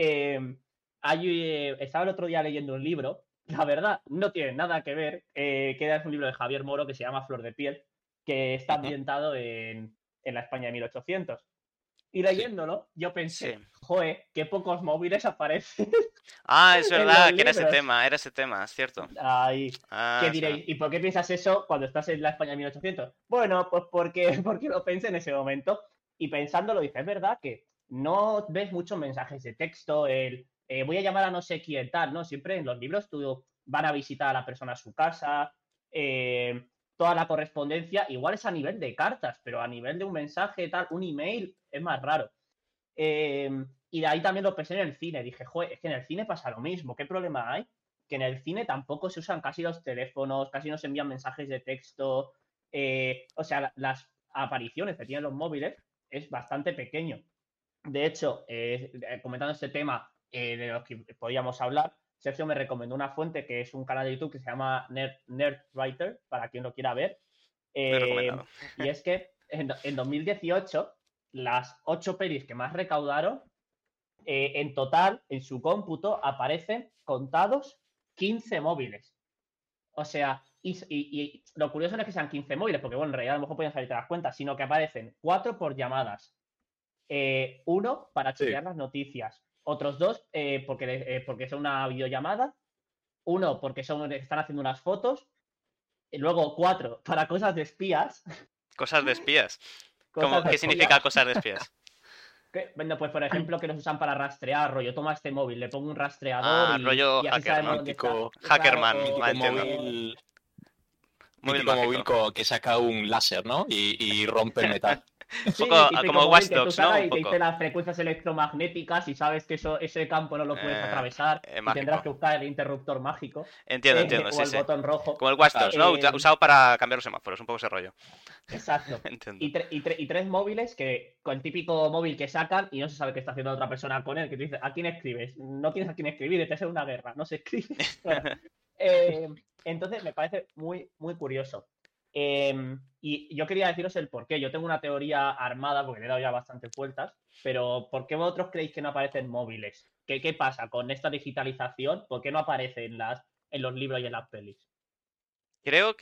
Estaba el otro día leyendo un libro, la verdad, no tiene nada que ver, que es un libro de Javier Moro que se llama Flor de Piel, que está ambientado en la España de 1800. Y leyéndolo, yo pensé, Sí. joder, qué pocos móviles aparecen. Ah, es En verdad, los que era ese libros. tema, es cierto. Ahí. Ah, ¿Qué es verdad. diréis? ¿Y por qué piensas eso cuando estás en la España de 1800? Bueno, pues porque lo pensé en ese momento. Y pensándolo, dije, es verdad que no ves muchos mensajes de texto, voy a llamar a no sé quién tal, ¿no? Siempre en los libros tú van a visitar a la persona a su casa, toda la correspondencia, igual es a nivel de cartas, pero a nivel de un mensaje tal, un email, es más raro. Y de ahí también lo pensé en el cine. Dije, joder, es que en el cine pasa lo mismo. ¿Qué problema hay? Que en el cine tampoco se usan casi los teléfonos, casi no se envían mensajes de texto. O sea, las apariciones que tienen los móviles es bastante pequeño. De hecho, comentando este tema de los que podíamos hablar, Sergio me recomendó una fuente que es un canal de YouTube que se llama Nerdwriter, para quien lo quiera ver. Muy recomendado. Y es que en 2018, las 8 pelis que más recaudaron, en total, en su cómputo, aparecen contados 15 móviles. O sea, y lo curioso no es que sean 15 móviles, porque bueno, en realidad a lo mejor pueden salirte las cuentas, sino que aparecen 4 por llamadas, 1 para Sí. chequear las noticias, otros 2 porque son una videollamada, 1 porque están haciendo unas fotos, y luego 4 para cosas de espías. Cosas de espías. Cosas de ¿Qué espías. significa cosas de espías? Bueno, pues por ejemplo, que los usan para rastrear, rollo, toma este móvil, le pongo un rastreador Ah, rollo y así hacker, sabemos ¿no? dónde está. Hackerman, Claro, va, entiendo. Móvil, Móvil mítico móvil mágico. que saca un láser, ¿no? Y rompe el metal. Un sí, poco típico como móvil Watch que tú Dogs, ¿no? sacas Un y te poco. dice las frecuencias electromagnéticas y sabes que ese campo no lo puedes atravesar y Mágico. tendrás que buscar el interruptor mágico Entiendo, o sí, el sí. botón rojo. Como el Watch Dogs, ¿no? Usado para cambiar los semáforos, un poco ese rollo. Exacto. Entiendo. Y 3 móviles que con el típico móvil que sacan y no se sabe qué está haciendo otra persona con él, que te dice, ¿a quién escribes? No tienes a quién escribir, estás en una guerra, no se escribe. Bueno, entonces me parece muy, muy curioso. Y yo quería deciros el por qué. Yo tengo una teoría armada, porque le he dado ya bastantes vueltas, pero ¿por qué vosotros creéis que no aparecen móviles? ¿Qué pasa con esta digitalización? ¿Por qué no aparece en los libros y en las pelis? Creo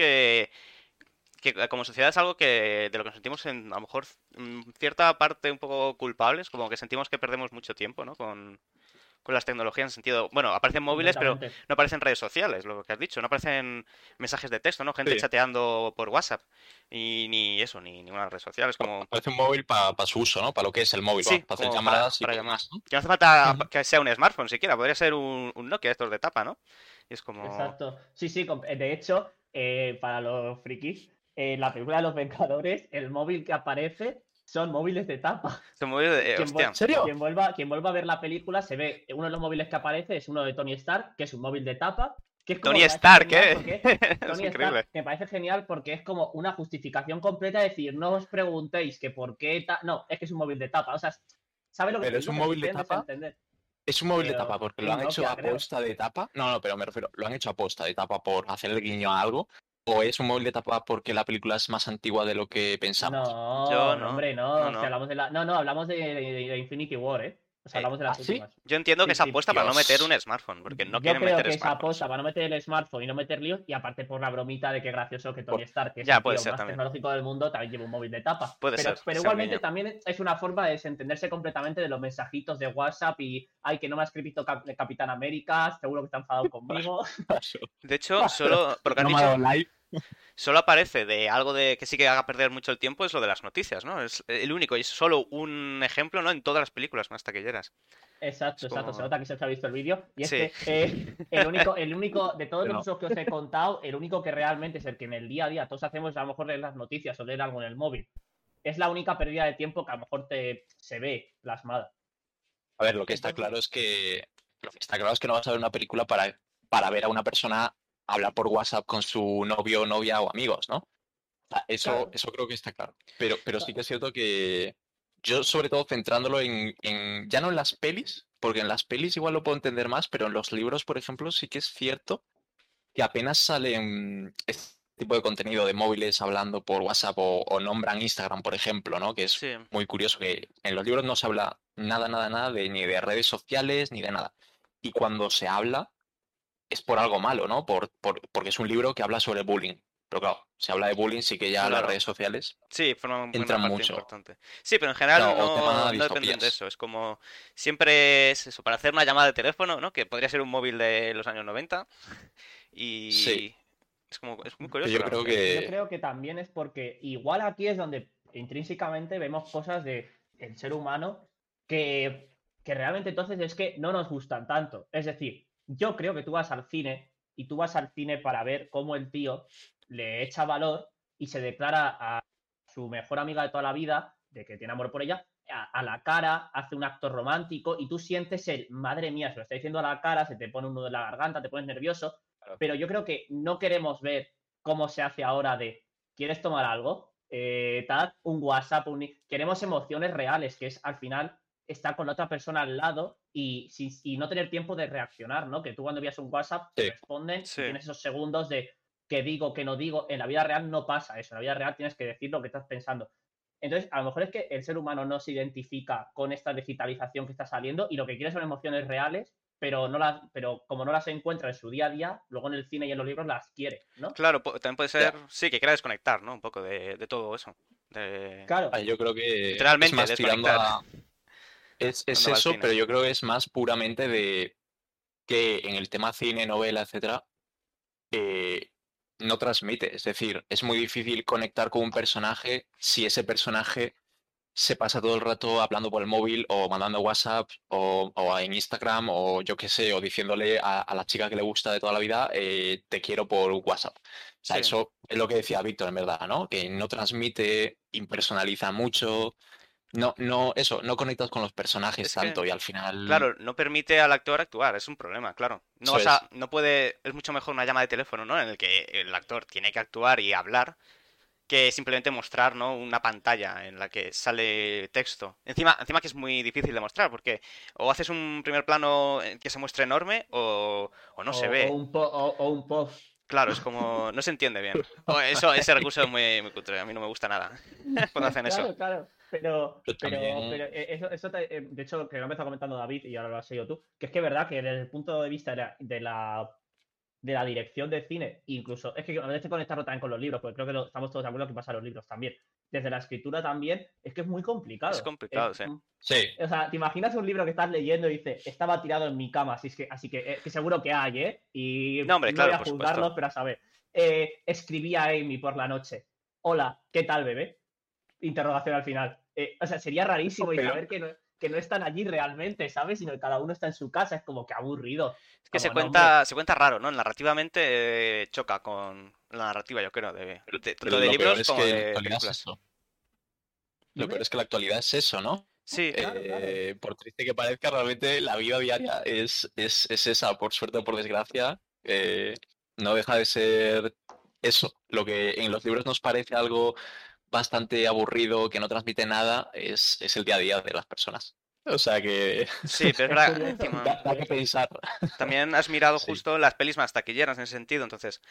que como sociedad es algo que de lo que nos sentimos a lo mejor cierta parte un poco culpables, como que sentimos que perdemos mucho tiempo, ¿no? Con las tecnologías en sentido, bueno, aparecen móviles, pero Completamente. no aparecen redes sociales, lo que has dicho, no aparecen mensajes de texto, ¿no? Gente Sí, chateando por WhatsApp, y ni eso, ni ninguna red social, es como, parece un móvil para su uso, ¿no? Para lo que es el móvil, sí, para hacer como llamadas y para poco llamar. más, ¿no? Que no hace falta Ujú. que sea un smartphone siquiera, podría ser un Nokia estos de tapa, ¿no? Y es como, Exacto. Sí, sí, de hecho, para los frikis, en la película de los Vengadores, el móvil que aparece son móviles de tapa. son móviles de, Quien, hostia, ¿En serio? quien vuelva a ver la película se ve uno de los móviles que aparece es uno de Tony Stark, que es un móvil de tapa, que es como Tony me parece Stark, genial ¿eh? porque Es Tony increíble. Stark me parece genial porque es como una justificación completa de decir, no os preguntéis que por qué no, es que es un móvil de tapa, o sea, ¿sabes lo que Pero es un lo que se móvil de quieren tapa. desentender? Es un móvil de Pero tapa porque lo un han hecho Nokia, a creo. posta de tapa. No, no, pero me refiero, lo han hecho a posta de tapa por hacer el guiño a algo. ¿O es un móvil de tapa porque la película es más antigua de lo que pensamos? Yo No, no, no, hombre, no, no. Si no. hablamos de no, no, hablamos de Infinity War, ¿eh? O sea, Eh, hablamos de ¿Ah, las sí? últimas. yo entiendo que Sí, es sí. apuesta para no meter un Dios. smartphone, porque no Yo quieren creo meter que esa aposta smartphones. para no meter el smartphone y no meter líos, y aparte por la bromita de que gracioso que Tony Por- Stark, que es Ya, el puede tío ser más también. tecnológico del mundo, también lleva un móvil de tapa. Puede Pero, ser, que pero sea un igualmente guiño. también es una forma de desentenderse completamente de los mensajitos de WhatsApp y, ay, que no me ha escrito Capitán América, seguro que está enfadado conmigo. Paso. De hecho, solo, por lo que has No me ha dicho, dado like. solo aparece de algo de que sí que haga perder mucho el tiempo es lo de las noticias, ¿no? Es el único y es solo un ejemplo, ¿no? En todas las películas más taquilleras. Exacto, Es exacto. Se como... nota que se os ha visto el vídeo. Y es Sí, que el único, de todos los No. usos que os he contado, el único que realmente es el que en el día a día todos hacemos, a lo mejor leer las noticias o leer algo en el móvil. Es la única pérdida de tiempo que a lo mejor se ve plasmada. A ver, lo que está Entonces, claro es que no vas a ver una película para ver a una persona hablar por WhatsApp con su novio, novia o amigos, ¿no? Sea, claro, eso creo que está claro. Pero sí que es cierto que yo, sobre todo, centrándolo ya no en las pelis, porque en las pelis igual lo puedo entender más, pero en los libros, por ejemplo, sí que es cierto que apenas salen este tipo de contenido de móviles hablando por WhatsApp o nombran Instagram, por ejemplo, ¿no? Que es sí. muy curioso que en los libros no se habla nada, nada, nada ni de redes sociales ni de nada. Y cuando se habla es por algo malo, ¿no? Porque es un libro que habla sobre bullying. Pero claro, se habla de bullying, sí que ya las Claro. redes sociales Sí, forma una entran parte mucho. importante. Sí, pero en Claro, general o tema no dependen de distopías. eso. Es como siempre es eso, para hacer una llamada de teléfono, ¿no? Que podría ser un móvil de los años 90. Sí, Y es muy pero curioso, yo la creo verdad. yo que... creo que también es porque igual aquí es donde intrínsecamente vemos cosas de el ser humano que, que realmente entonces es que no nos gustan tanto. Es decir, yo creo que tú vas al cine y tú vas al cine para ver cómo el tío le echa valor y se declara a su mejor amiga de toda la vida, de que tiene amor por ella, a la cara, hace un acto romántico y tú sientes el, madre mía, se lo está diciendo a la cara, se te pone un nudo en la garganta, te pones nervioso, pero yo creo que no queremos ver cómo se hace ahora de, ¿quieres tomar algo? Tal, un WhatsApp, queremos emociones reales, que es al final estar con la otra persona al lado y no tener tiempo de reaccionar, ¿no? Que tú cuando envías un WhatsApp te Sí, responden y Sí. tienes esos segundos de qué digo, qué no digo. En la vida real no pasa eso, en la vida real tienes que decir lo que estás pensando. Entonces, a lo mejor es que el ser humano no se identifica con esta digitalización que está saliendo y lo que quiere son emociones reales, pero como no las encuentra en su día a día, luego en el cine y en los libros las quiere, ¿no? Claro, también puede ser, ya. sí, que quiera desconectar, ¿no? Un poco de todo eso. Claro, Yo creo que es Literalmente, más tirando desconectar a... Es cuando va al eso, cine. pero yo creo que es más puramente de que en el tema cine, novela, etcétera, eh, no transmite. Es decir, es muy difícil conectar con un personaje si ese personaje se pasa todo el rato hablando por el móvil o mandando WhatsApp o en Instagram o yo qué sé, o diciéndole a la chica que le gusta de toda la vida, te quiero por WhatsApp. O sea, Sí. eso es lo que decía Víctor, en verdad, ¿no? Que no transmite, impersonaliza mucho, eso, no conectas con los personajes Es que, tanto y al final, claro, no permite al actor actuar, es un problema, claro. eso es, No puede, es mucho mejor una llamada de teléfono, ¿no? En el que el actor tiene que actuar y hablar que simplemente mostrar, ¿no? Una pantalla en la que sale texto. Encima que es muy difícil de mostrar, porque o haces un primer plano que se muestre enorme o no se ve. o un post. Claro, es como... No se entiende bien. Ese recurso es muy cutre, a mí no me gusta nada cuando hacen eso. Claro. Pero también... de hecho, que lo me está comentando David y ahora lo has seguido tú, que es que es verdad que desde el punto de vista de la dirección de cine, incluso, es que me que conectarlo también con los libros, porque creo que estamos todos de acuerdo que pasa a los libros también. Desde la escritura también, es que es muy complicado. Es complicado, sí. Sí. O sea, te imaginas un libro que estás leyendo y dice, estaba tirado en mi cama, así que seguro que hay, ¿eh? Y No, hombre, claro, voy a por juzgarlos, supuesto. pero a saber. Escribía a Amy por la noche. Hola, ¿qué tal, bebé? Interrogación al final. O sea, sería rarísimo y Pero- saber que no están allí realmente, ¿sabes? Sino que cada uno está en su casa, es como que aburrido. Es que Como, no, hombre. se cuenta raro, ¿no? Narrativamente choca con la narrativa, yo creo, Pero tanto de lo peor libros es como que en la de actualidad es películas. eso. Lo Dime. peor es que la actualidad es eso, ¿no? Sí, Claro. Por triste que parezca, realmente la vida diaria es esa, por suerte o por desgracia. No deja de ser eso. Lo que en los libros nos parece algo bastante aburrido, que no transmite nada, es el día a día de las personas. O sea que sí, pero es Es verdad, curioso. encima... da que pensar. También has mirado Sí. justo las pelis más taquilleras en ese sentido, entonces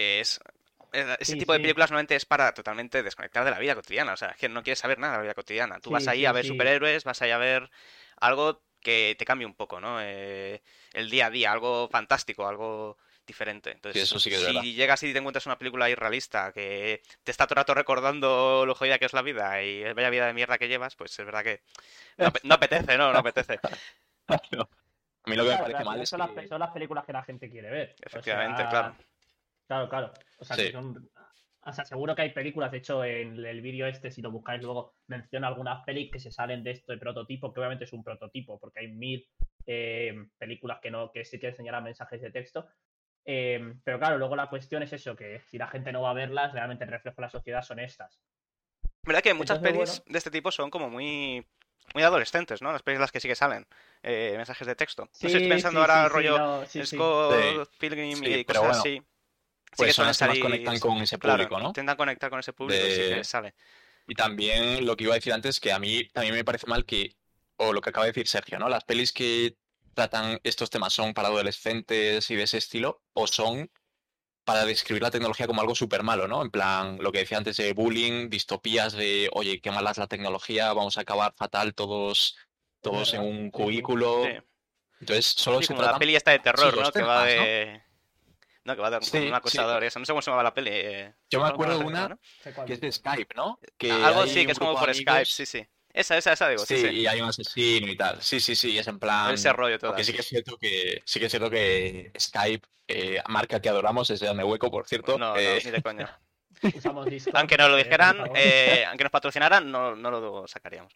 ese Sí, tipo de sí. películas normalmente es para totalmente desconectar de la vida cotidiana, o sea, es que no quieres saber nada de la vida cotidiana. Tú vas Sí, ahí a sí, ver sí. superhéroes, vas ahí a ver algo que te cambie un poco, ¿no? El día a día, algo fantástico, algo diferente. Sí, Entonces, eso sí que es verdad. si llegas y te encuentras una película irrealista que te está todo el rato recordando lo jodida que es la vida y vaya vida de mierda que llevas, pues es verdad que no apetece, ¿no? No apetece. No. A mí lo que me Claro, pero parece al mal final es que... son las películas que la gente quiere ver. O Efectivamente, claro. sea, claro. O sea, que Sí, son. O sea, seguro que hay películas, de hecho, en el vídeo este, si lo buscáis luego, menciona algunas pelis que se salen de esto de prototipo, que obviamente es un prototipo, porque hay mil películas que sí que enseñarán mensajes de texto. Pero claro, luego la cuestión es eso, que si la gente no va a verlas, realmente el reflejo de la sociedad son estas. ¿Verdad que muchas Entonces, pelis bueno, de este tipo son como muy adolescentes, ¿no? Las pelis en las que sí que salen mensajes de texto. No sé, estoy pensando ahora sí, rollo no, sí. sí, Scott Pilgrim sí, y pero cosas bueno, así. Sí que pues son suelen las que más salir, conectan con ese claro, público, ¿no? intentan conectar con ese público y sí que De... sale. Y también lo que iba a decir antes, que a mí también me parece mal que, o lo que acaba de decir Sergio, ¿no? Las pelis que tratan estos temas son para adolescentes y de ese estilo, o son para describir la tecnología como algo súper malo, ¿no? En plan, lo que decía antes de bullying, distopías de, oye, qué mala es la tecnología, vamos a acabar fatal Es todos en verdad, un sí. Sí, cubículo. Entonces, solo sí, se como la tratan peli esta de esos terror, dos ¿no? Que va temas, ¿no? de... No, que va con un Sí, sí. acosador y eso. No sé cómo se llama la peli. Yo me ¿Cómo acuerdo se de llama, una no? Sé cuál que es de dices. Skype, ¿no? Que Algo sí, hay que un es como grupo de por Skype, sí, amigos. sí. Esa digo, Sí, sí, sí. y hay un asesino y tal. Sí, es en Ese plan. rollo Porque todas. sí que es cierto que Skype, marca que adoramos, es de Dame Hueco, por cierto. No, no, ni de coña. Usamos Discord, Aunque nos lo por dijeran, favor. aunque nos patrocinaran, no lo sacaríamos.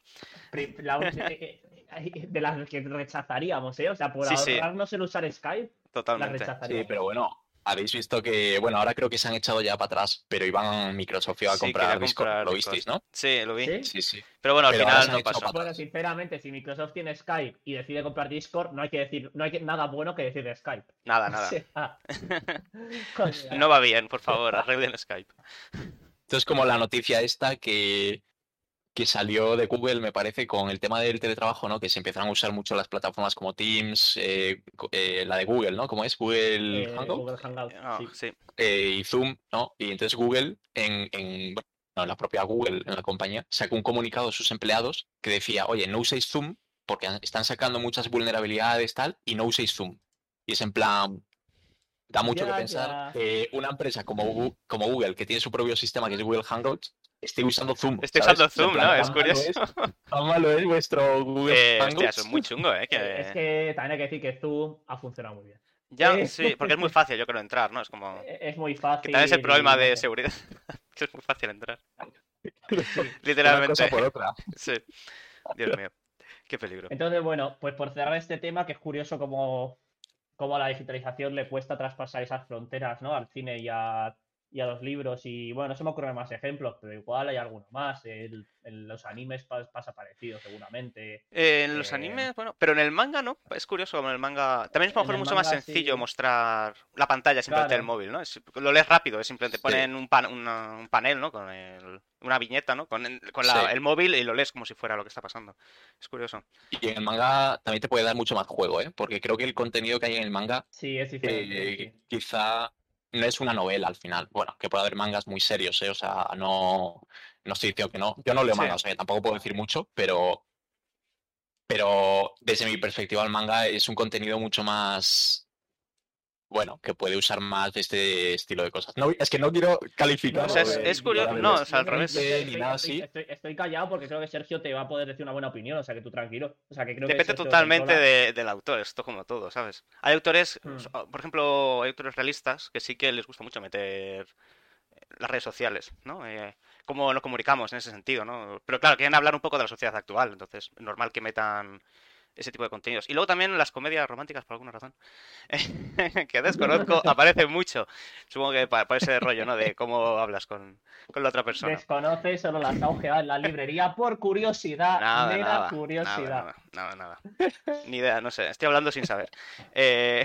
De las que rechazaríamos, ¿eh? O sea, por Sí, sí, ahorrarnos el usar Skype, las totalmente. Sí, rechazaríamos. pero bueno, habéis visto que, bueno, ahora creo que se han echado ya para atrás, pero iban Microsoft iba a Sí, quería comprar Discord, comprar lo Discord. visteis, ¿no? Sí, lo vi. ¿Sí? Sí, sí. Pero bueno, al Pero ahora final se han no echado pasó. para Bueno, atrás. sinceramente, si Microsoft tiene Skype y decide comprar Discord, no hay que decir, nada bueno que decir de Skype. Nada, O nada. sea, o sea, No va bien, por favor, arreglen Skype. Entonces, como la noticia esta que salió de Google, me parece, con el tema del teletrabajo, ¿no? Que se empezaron a usar mucho las plataformas como Teams, la de Google, ¿no? ¿Cómo es? Google Hangout Google Hangouts, No, sí. sí. y Zoom, ¿no? Y entonces Google, bueno, no, la propia Google, en la compañía, sacó un comunicado a sus empleados que decía, oye, no uséis Zoom porque están sacando muchas vulnerabilidades, tal, y no uséis Zoom. Y es en plan, da mucho que pensar Ya. que una empresa como Google, que tiene su propio sistema que es Google Hangouts, esté usando Zoom, Estoy usando ¿sabes? En Zoom, plan, ¿no? Es curioso. tan malo es vuestro Google Hostia, eso es Hangouts? muy chungo, ¿eh? Es que también hay que decir que Zoom ha funcionado muy bien. Ya, sí, porque es muy fácil, yo creo, entrar, ¿no? Es como... Es muy Que tal es el fácil y problema no de sé. seguridad. Que es muy fácil entrar. Sí. Una cosa Literalmente. por otra. Sí. Dios mío. Qué peligro. Entonces, bueno, pues por cerrar este tema, que es curioso cómo a la digitalización le cuesta traspasar esas fronteras, ¿no? Al cine y a los libros. Y bueno, no se me ocurren más ejemplos, pero igual hay alguno más. En los animes pasa parecido, seguramente. En los animes, bueno, pero en el manga no. Es curioso como en el manga. También es a lo En mejor el mucho más manga sencillo sí. mostrar la pantalla simplemente del Claro. móvil, ¿no? Lo lees rápido, es simplemente Sí, ponen un panel, ¿no? Con una viñeta, ¿no? Con sí. el móvil y lo lees como si fuera lo que está pasando. Es curioso. Y en el manga también te puede dar mucho más juego, ¿eh? Porque creo que el contenido que hay en el manga Sí, es diferente, sí. quizá no es una novela al final. Bueno, que puede haber mangas muy serios, ¿eh? O sea, no estoy diciendo que no. Yo no leo Sí. manga, o sea, que tampoco puedo decir mucho, pero desde mi perspectiva el manga es un contenido mucho más, bueno, que puede usar más de este estilo de cosas. No, es que no quiero No, calificarlo O sea, no, es curioso. de No, o sea, al no, revés. excelente ni nada así. estoy callado porque creo que Sergio te va a poder decir una buena opinión, o sea que tú tranquilo. O sea que creo que Depende Sergio totalmente controla. del autor, esto como todo, ¿sabes? Hay autores, Hmm. por ejemplo, hay autores realistas que sí que les gusta mucho meter las redes sociales, ¿no? Cómo nos comunicamos en ese sentido, ¿no? Pero claro, quieren hablar un poco de la sociedad actual, entonces normal que metan ese tipo de contenidos. Y luego también las comedias románticas, por alguna razón, que desconozco, aparecen mucho. Supongo que para ese rollo, ¿no? De cómo hablas con la otra persona. Desconoce, solo las ha ojeado en la librería por curiosidad, Nada, mera nada, nada, curiosidad. nada, nada, nada. Ni idea, no sé, estoy hablando sin saber. Eh...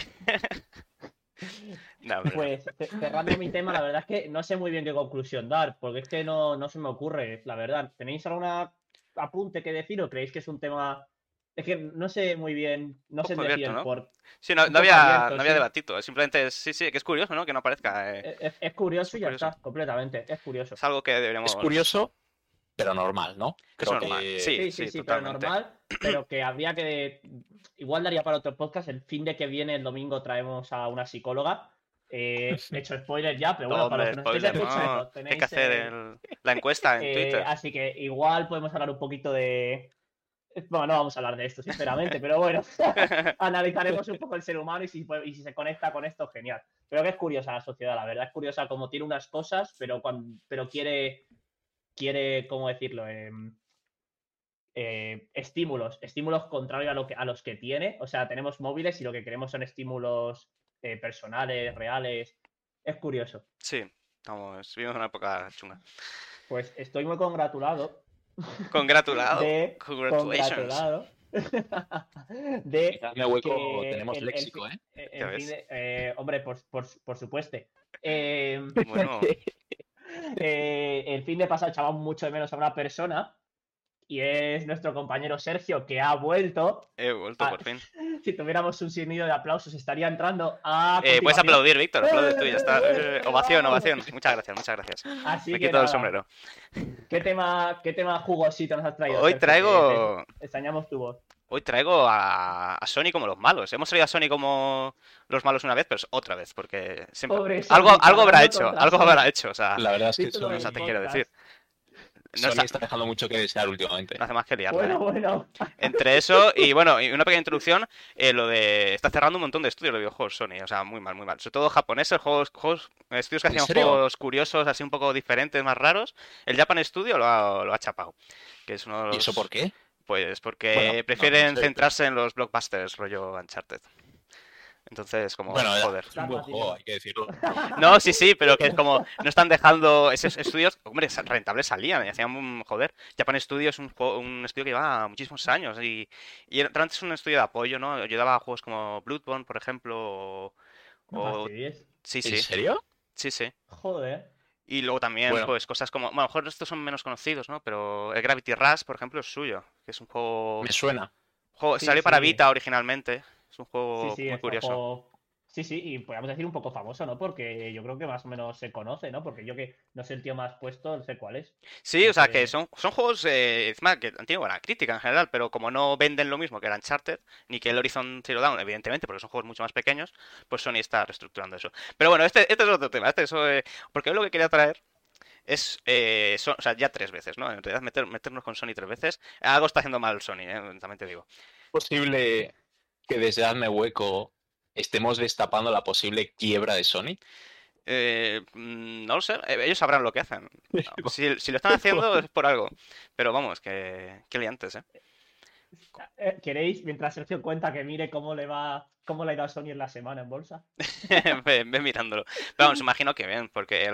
No, hombre, no. Pues cerrando mi tema, la verdad es que no sé muy bien qué conclusión dar, porque es que no se me ocurre, la verdad. ¿Tenéis alguna apunte que decir o creéis que es un tema? Es que no sé muy bien, no Un sé poco decir abierto, el ¿no? por. Sí, no, Un no poco había, abierto, no había sí. debatido, simplemente sí, sí, que es curioso, ¿no? Que no aparezca. Es Es curioso muy y ya curioso. está, completamente. Es curioso. Es algo que Es deberíamos. curioso, pero normal, ¿no? Es Creo normal, que sí, Sí, sí, sí, sí, pero totalmente. normal, pero que habría que. Igual daría para otro podcast. El fin de que viene, el domingo, traemos a una psicóloga. He hecho spoiler ya, pero bueno, para los Hombre, que nos estéis spoiler, no. escuchando, Que hay que tenéis hacer la encuesta en Twitter. así que igual podemos hablar un poquito de. Bueno, no vamos a hablar de esto, sinceramente, pero bueno, analizaremos un poco el ser humano y si se conecta con esto, genial. Pero que es curiosa la sociedad, la verdad, es curiosa como tiene unas cosas, pero quiere, ¿cómo decirlo? Estímulos contrarios a los que tiene. O sea, tenemos móviles y lo que queremos son estímulos personales, reales. Es curioso. Sí, vamos, vivimos una época chunga. Pues estoy muy congratulado Congratulado. de Congratulations. congratulado de quizás me hueco que tenemos léxico, ¿eh? Ya el fin ves. de, hombre, por supuesto. Eh, Bueno, el fin de pasado echaba mucho de menos a una persona y es nuestro compañero Sergio que ha vuelto. he vuelto por fin. Si tuviéramos un sonido de aplausos estaría entrando a Puedes continuación. aplaudir, Víctor, aplaude tú y ya está. Ovación, ovación. Muchas gracias, muchas gracias. Así Me que quito el nada, sombrero. ¿qué tema jugosito nos has traído, Hoy Sergio? Que traigo. extrañamos tu voz. Hoy traigo a Sony como los malos. Hemos traído a Sony como los malos una vez, pero es otra vez, porque siempre. Pobre Algo, Sony, algo habrá cargando hecho, contra algo Sony. habrá hecho, o sea, La verdad es que Título o del sea, te Sony, quiero decir. podcast. No, Está dejando mucho que desear últimamente. no hace más que liarla, ¿eh? Bueno. Entre eso y bueno, y una pequeña introducción, lo de. Está cerrando un montón de estudios de videojuegos Sony, o sea, muy mal, muy mal. Sobre todo japoneses, estudios que ¿En hacían serio? juegos curiosos, así un poco diferentes, más raros. El Japan Studio lo ha chapado. Que es uno de ¿Y eso por los. qué? Pues porque Bueno, no prefieren sé. centrarse en los blockbusters, rollo Uncharted. Entonces, como, Bueno, joder. es un buen juego, hay que decirlo. No, sí, sí, pero que es como, no están dejando esos estudios, hombre, rentables salían y hacían, joder, Japan Studio es un estudio que lleva muchísimos años realmente es un estudio de apoyo, ¿no? Ayudaba a juegos como Bloodborne, por ejemplo, No fastidies. sí, ¿En sí, serio? sí, sí. Joder. Y luego también, Bueno, pues, cosas como, bueno, a lo mejor estos son menos conocidos, ¿no? Pero el Gravity Rush, por ejemplo, es suyo, que es un me suena. Sí, salió para sí. Vita originalmente, es un Sí, juego sí, muy es un curioso. juego. Sí, sí, y podríamos decir un poco famoso, ¿no? Porque yo creo que más o menos se conoce, ¿no? Porque yo que no sé el tío más puesto, no sé cuál es. Sí, o No sea que sé. son juegos encima que han tenido buena crítica en general, pero como no venden lo mismo que el Uncharted, ni que el Horizon Zero Dawn, evidentemente, porque son juegos mucho más pequeños, pues Sony está reestructurando eso. Pero bueno, este es otro tema, porque hoy lo que quería traer es, o sea, ya tres veces, ¿no? En realidad meternos con Sony tres veces, algo está haciendo mal Sony, también te digo. ¿Posible que desde Hazme Hueco estemos destapando la posible quiebra de Sony? No lo sé, ellos sabrán lo que hacen. Si lo están haciendo es por algo, pero vamos, que liantes, ¿eh? ¿Queréis, mientras Sergio cuenta que mire cómo le ha ido a Sony en la semana en bolsa? Ve mirándolo. Pero vamos, imagino que bien, porque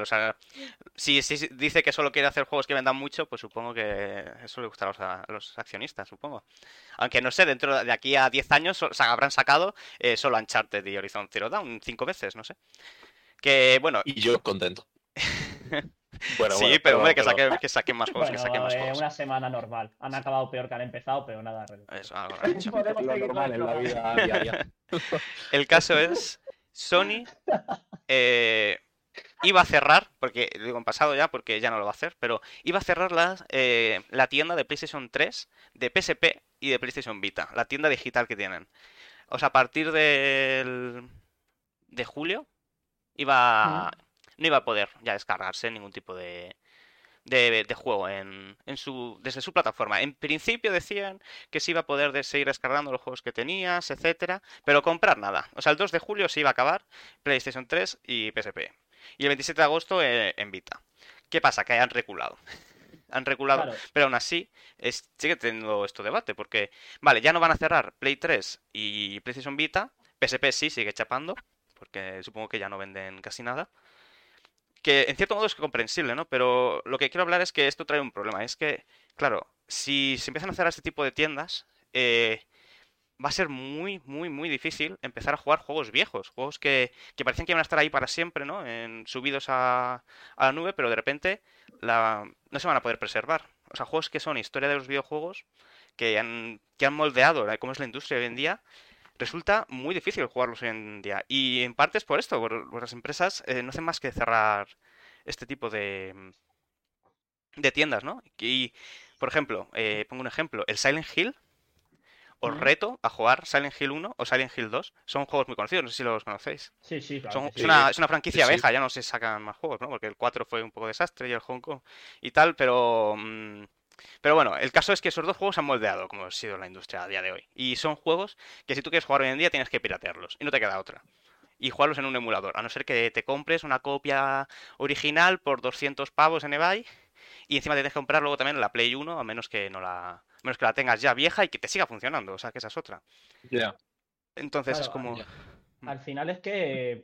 si dice que solo quiere hacer juegos que vendan mucho, pues supongo que eso le gustará a los accionistas, supongo. Aunque no sé, dentro de aquí a 10 años habrán sacado solo Uncharted y Horizon Zero Dawn 5 veces, no sé. Que bueno, Y yo contento. Bueno, sí, pero hombre, que saquen más juegos, que saquen Bueno, más juegos. una semana normal. Han acabado peor que han empezado, pero nada. Eso, algo habrán hecho. Podemos Lo seguir con normal el en la programa. vida diaria. El caso es, Sony iba a cerrar, porque lo digo en pasado ya, porque ya no lo va a hacer, pero iba a cerrar la tienda de PlayStation 3, de PSP y de PlayStation Vita, la tienda digital que tienen. O sea, a partir de julio iba, no iba a poder ya descargarse ningún tipo de juego desde su plataforma. En principio decían que se iba a poder seguir descargando los juegos que tenías, etcétera, pero comprar nada. O sea, el 2 de julio se iba a acabar PlayStation 3 y PSP. Y el 27 de agosto en Vita. ¿Qué pasa? Que han reculado. Han reculado, Claro, pero aún así sigue teniendo esto debate, porque, vale, ya no van a cerrar Play 3 y PlayStation Vita, PSP sí sigue chapando, porque supongo que ya no venden casi nada, que en cierto modo es comprensible, ¿no? Pero lo que quiero hablar es que esto trae un problema. Es que, claro, si se empiezan a hacer este tipo de tiendas, va a ser muy, muy, muy difícil empezar a jugar juegos viejos. Juegos que parecían que iban a estar ahí para siempre, ¿no? Subidos a la nube, pero de repente no se van a poder preservar. O sea, juegos que son historia de los videojuegos, que han moldeado cómo es la industria hoy en día, resulta muy difícil jugarlos hoy en día. Y en parte es por esto, por las empresas no hacen más que cerrar este tipo de tiendas, ¿no? Y, por ejemplo, pongo un ejemplo, el Silent Hill, os ¿Mm? reto a jugar Silent Hill 1 o Silent Hill 2. Son juegos muy conocidos, no sé si los conocéis. Sí, sí, claro que Es sí. Sí, una, es una sí, franquicia sí. abeja, ya no se sacan más juegos, ¿no? Porque el 4 fue un poco desastre y el Hong Kong y tal, pero bueno, el caso es que esos dos juegos han moldeado como ha sido la industria a día de hoy. Y son juegos que si tú quieres jugar hoy en día tienes que piratearlos y no te queda otra. Y jugarlos en un emulador, a no ser que te compres una copia original por 200 pavos en eBay y encima te tienes que comprar luego también la Play 1, a menos que no la, a menos que la tengas ya vieja y que te siga funcionando, o sea, que esa es otra. Ya. Entonces es Claro, como... Ya. mm, al final es que,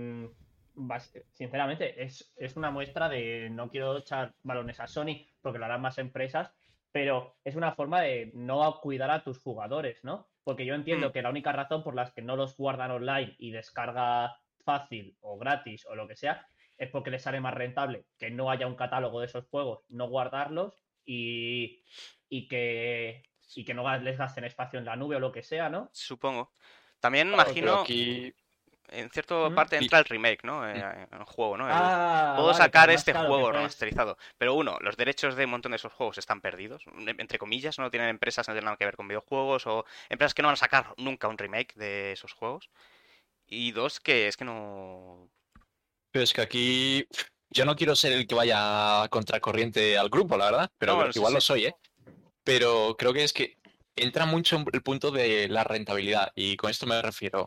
sinceramente, es una muestra de, no quiero echar balones a Sony, porque lo harán más empresas, pero es una forma de no cuidar a tus jugadores, ¿no? Porque yo mm, entiendo que la única razón por la que no los guardan online y descarga fácil o gratis o lo que sea, es porque les sale más rentable que no haya un catálogo de esos juegos, no guardarlos y, y que, y que no les gasten espacio en la nube o lo que sea, ¿no? supongo. También Porque... Pero imagino aquí. en cierta ¿Mm? parte entra el remake, ¿no? En el juego, ¿no? Ah, Puedo vale, que sacar además, este claro, que juego puedes. remasterizado, pero uno, los derechos de un montón de esos juegos están perdidos, entre comillas, no tienen empresas, no tienen nada que ver con videojuegos o empresas que no van a sacar nunca un remake de esos juegos. Y dos, que es que no... Pero es que aquí. Yo no quiero ser el que vaya a contracorriente al grupo, la verdad. Pero No, sí, igual lo sí. soy, ¿eh? Pero creo que es que entra mucho en el punto de la rentabilidad. Y con esto me refiero.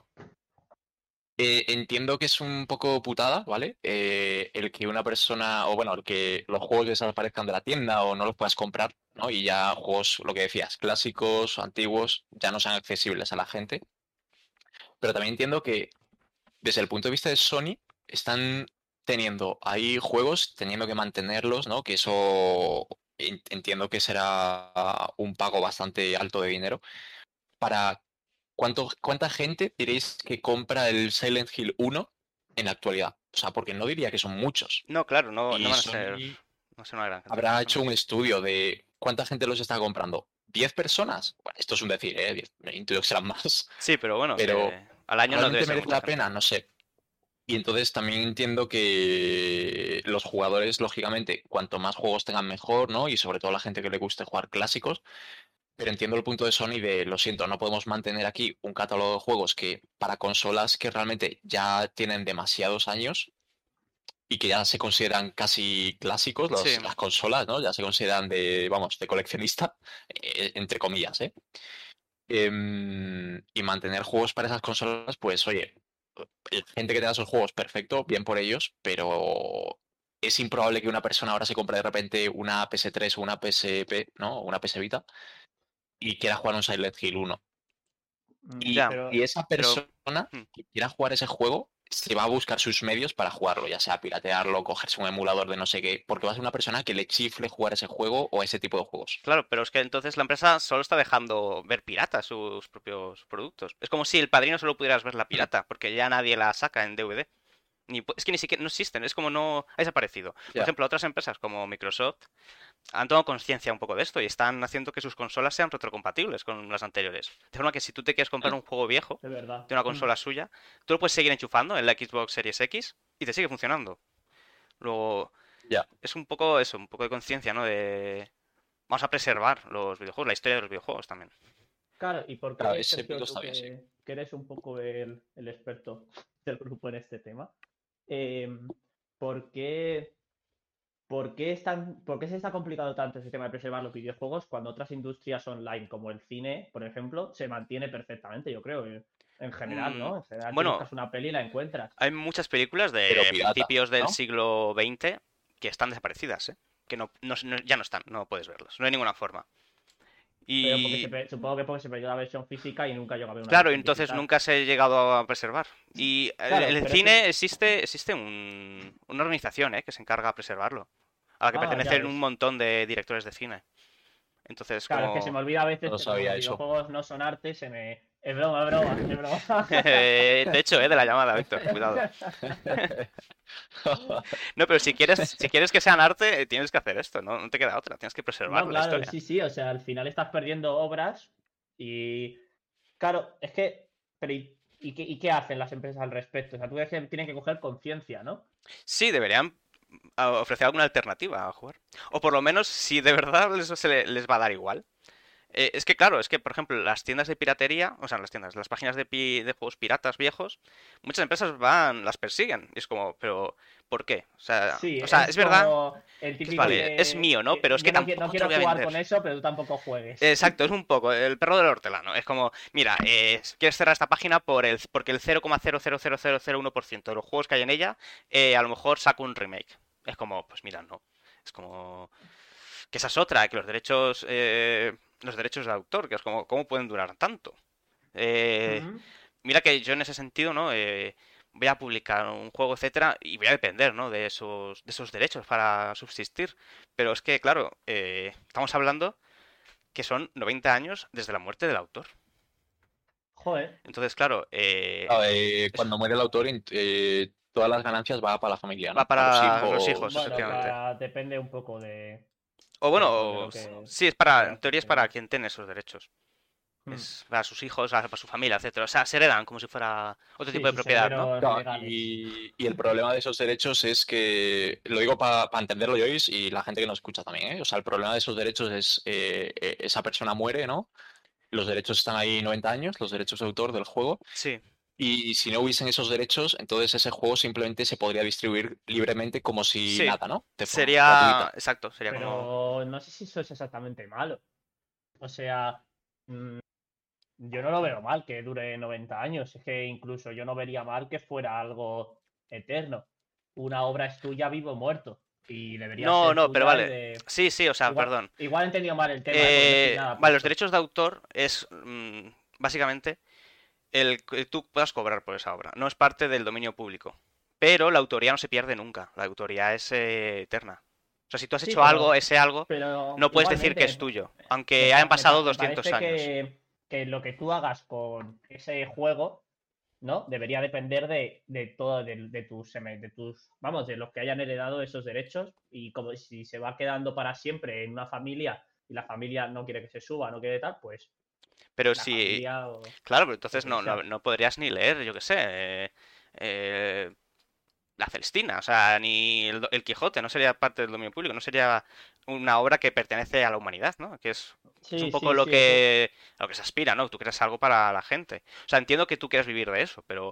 Entiendo que es un poco putada, ¿vale? El que una persona, o bueno, el que los juegos desaparezcan de la tienda o no los puedas comprar, ¿no? Y ya juegos, lo que decías, clásicos, antiguos, ya no sean accesibles a la gente. Pero también entiendo que desde el punto de vista de Sony, están teniendo ahí juegos, teniendo que mantenerlos, ¿no? Que eso entiendo que será un pago bastante alto de dinero. Para ¿cuánta gente diréis que compra el Silent Hill 1 en la actualidad? O sea, porque no diría que son muchos. No, claro, no Y van a ser... Sony No ser una gran cantidad de habrá hecho un personas. estudio de cuánta gente los está comprando. ¿10 personas? Bueno, esto es un decir, ¿eh? 10, intuyo que serán más. Sí, pero bueno, Pero al año no debe ¿realmente ser merece mucha la gente. pena? No sé. Y entonces también entiendo que los jugadores, lógicamente, cuanto más juegos tengan mejor, ¿no? Y sobre todo la gente que le guste jugar clásicos. Pero entiendo el punto de Sony de, lo siento, no podemos mantener aquí un catálogo de juegos que para consolas que realmente ya tienen demasiados años y que ya se consideran casi clásicos, Sí, las consolas, ¿no? Ya se consideran de, vamos, de coleccionista, entre comillas, ¿eh? Y mantener juegos para esas consolas, pues oye, gente que tenga esos juegos, perfecto, bien por ellos, pero es improbable que una persona ahora se compre de repente una PS3 o una PSP, ¿no? Una PS Vita y quiera jugar un Silent Hill 1. Y, ya, Pero y esa pero... persona mm, que quiera jugar ese juego se va a buscar sus medios para jugarlo, ya sea piratearlo, cogerse un emulador de no sé qué, porque va a ser una persona que le chifle jugar ese juego o ese tipo de juegos. claro, pero es que entonces la empresa solo está dejando ver pirata sus propios productos. Es como si El Padrino solo pudieras ver la Mm. pirata, porque ya nadie la saca en DVD. Es que ni siquiera no existen, es como no ha desaparecido. Por Ya. ejemplo, otras empresas como Microsoft han tomado conciencia un poco de esto y están haciendo que sus consolas sean retrocompatibles con las anteriores. De forma que si tú te quieres comprar un juego viejo Es verdad. de una consola suya, tú lo puedes seguir enchufando en la Xbox Series X y te sigue funcionando. Luego, Ya. es un poco eso, un poco de conciencia, ¿no? De vamos a preservar los videojuegos, la historia de los videojuegos también. Claro, ¿y por Claro, qué, ese Sergio, punto tú está bien, sí. que eres un poco el experto del grupo en este tema? em, ¿por qué, por qué se está complicado tanto ese tema de preservar los videojuegos cuando otras industrias online, como el cine, por ejemplo, se mantiene perfectamente, yo creo, en general, Mm, ¿no? En general, tú bueno, buscas una peli y la encuentras. hay muchas películas Pero de pirata, principios del ¿no? siglo XX que están desaparecidas, ¿eh? Que ya no están, no puedes verlos, no hay ninguna forma. Pero porque Y supongo que porque se perdió la versión física y nunca llegó a haber una claro, versión entonces digital. nunca se ha llegado a preservar. Y en Claro, el pero es que. cine existe una organización, que se encarga de preservarlo, a la que Ah, ya pertenecen un ves. montón de directores de cine. Entonces, Claro, es que se me como... olvida a No veces lo que como los sabía eso. videojuegos no son arte, se me. Es broma, es broma, es broma. Te echo, de la llamada, Víctor, cuidado. No, pero si quieres que sean arte, tienes que hacer esto, ¿no? No te queda otra, tienes que preservar No, la claro, historia. sí, sí, o sea, al final estás perdiendo obras y. Claro, es que. Pero ¿y qué hacen las empresas al respecto? O sea, tú ves que tienen que coger conciencia, ¿no? Sí, deberían ofrecer alguna alternativa a jugar. O por lo menos, si de verdad eso les va a dar igual. Es que claro, es que por ejemplo las tiendas de piratería, o sea, las páginas de juegos piratas viejos, muchas empresas las persiguen. Y es como, pero ¿por qué? Sí, O sea, es es verdad como el que típico vale, es de. mío, ¿no? Pero es que No tampoco te lo quiero voy a jugar vender. con eso, pero tú tampoco juegues. Exacto, es un poco el perro del hortelano. Es como, mira, quieres cerrar esta página porque el 0,00001% de los juegos que hay en ella, a lo mejor saco un remake. Es como, pues mira, no. Es como que esa es otra, que los derechos de autor, que es como, ¿cómo pueden durar tanto? Eh, Ujú. Mira que yo en ese sentido, ¿no? Voy a publicar un juego, etcétera, y voy a depender, ¿no? De esos derechos para subsistir. Pero es que, claro, estamos hablando que son 90 años desde la muerte del autor. Joder. Entonces, claro, Cuando muere el autor, todas las ganancias van para la familia, va ¿no? Para los para los hijos, hijos, Bueno, etcétera. efectivamente. depende un poco O de bueno, eso, de lo que sí, quiera en hacer teoría es para primero. quien tiene esos derechos. Mm. Es para sus hijos, para su familia, etcétera. O sea, se heredan como si fuera otro Sí, tipo de sus propiedad, ¿no? herederos Claro, legales. y el problema de esos derechos es que, lo digo para entenderlo yo y la gente que nos escucha también, ¿eh? O sea, el problema de esos derechos es esa persona muere, ¿no? Los derechos están ahí 90 años, los derechos de autor del juego, Sí. y si no hubiesen esos derechos, entonces ese juego simplemente se podría distribuir libremente como si Sí, nada, ¿no? De forma sería, gratuita. exacto, sería como... Pero no sé si eso es exactamente malo. O sea, mm, yo no lo veo mal que dure 90 años. Es que incluso yo no vería mal que fuera algo eterno. Una obra es tuya, vivo o muerto. Y debería No, ser no, pero tuya y vale. de. Sí, sí, o sea, Igual, perdón. igual he entendido mal el tema, porque no estoy nada Vale, los puesto. derechos de autor es básicamente el que tú puedas cobrar por esa obra. No es parte del dominio público. Pero la autoría no se pierde nunca. La autoría es eterna. O sea, si tú has Sí, hecho algo, pero, ese algo, pero no puedes decir que igualmente es tuyo. Aunque hayan pasado me 200 parece años. que lo que tú hagas con ese juego, ¿no? Debería depender de todo, vamos, de los que hayan heredado esos derechos y como si se va quedando para siempre en una familia y la familia no quiere que se suba, no quiere tal, pues Pero la si... familia o Claro, pero lo entonces que no, no, sea. no podrías ni leer, yo qué sé. Eh, la Celestina, o sea, ni el Quijote, no sería parte del dominio público, no sería una obra que pertenece a la humanidad, ¿no? Que es un Sí, poco sí, lo sí, eso. que, a lo que se aspira, ¿no? Tú creas algo para la gente. O sea, entiendo que tú quieras vivir de eso, pero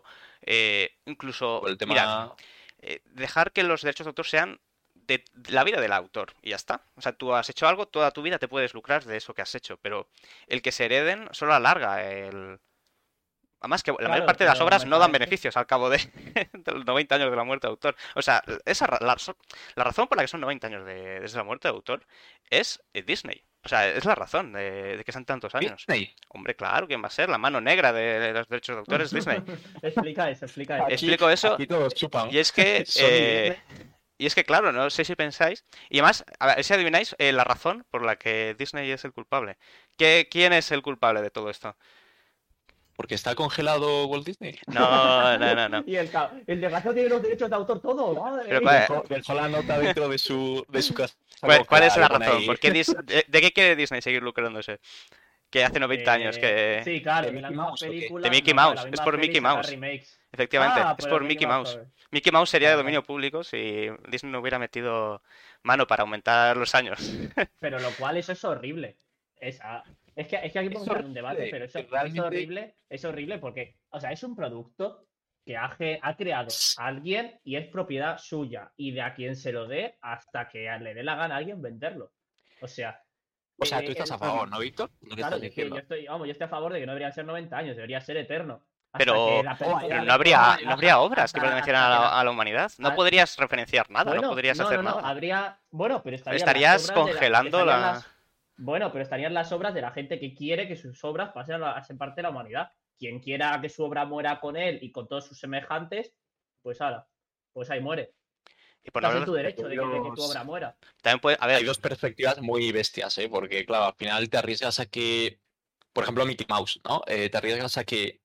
Por incluso, el mira, tema, dejar que los derechos de autor sean de la vida del autor y ya está. O sea, tú has hecho algo, toda tu vida te puedes lucrar de eso que has hecho, pero el que se hereden solo alarga el... Además que la mayor Claro, parte de las pero obras me no dan parece. beneficios al cabo de los 90 años de la muerte de autor. O sea, la razón por la que son 90 años desde la muerte de autor es Disney. O sea, es la razón de que sean tantos años. Disney. Hombre, claro, ¿quién va a ser? La mano negra de los derechos de autor es Disney. Explica eso, explica eso. Aquí, Explico eso aquí todos chupan. y es que... Sony y Disney. y es que, claro, no sé si pensáis... Y además, a ver si adivináis la razón por la que Disney es el culpable. ¿Quién es el culpable de todo esto? Porque está congelado Walt Disney. No. Y el desgraciado tiene los derechos de autor todo, madre Pero mía. Dejó la nota dentro de su casa. ¿Cuál es la congelada, y pone razón? ahí, ¿Por qué ¿De qué quiere Disney seguir lucrándose? Que hace 90 años que... Sí, claro, ¿De de las Mickey mismas Mouse o qué? películas. De Mickey no, de la Mouse, es misma por peli Mickey sacar Mouse. remakes. Efectivamente, Ah, es pero por Mickey Mouse. Mickey Mouse sería de Vale, dominio vale. público si Disney no hubiera metido mano para aumentar los años. Pero lo cual eso es horrible. Es que aquí Es podemos entrar en un debate, horrible. pero eso Realmente. es horrible porque, o sea, es un producto que ha creado alguien y es propiedad suya y de a quien se lo dé hasta que le dé la gana a alguien venderlo. O sea, O sea, tú estás a favor, el- ¿no, Víctor? Lo que claro, estás diciendo. yo estoy a favor de que no deberían ser 90 años, debería ser eterno. Hasta que Pero, la Oh, persona no responda, habría obras que pertenecieran hasta que a la humanidad. No a- podrías referenciar nada, no bueno, podrías hacer no, nada. habría. Bueno, pero estarían las Estarías obras congelando la... Bueno, pero estarían las obras de la gente que quiere que sus obras pasen a ser parte de la humanidad. Quien quiera que su obra muera con él y con todos sus semejantes, pues ahora, pues ahí muere. Y por no Estás en hablar... tu derecho de que tu Los- obra muera. También puede... A ver, Hay dos perspectivas muy bestias, ¿eh? Porque, claro, al final te arriesgas a que, por ejemplo, Mickey Mouse, ¿no? Te arriesgas a que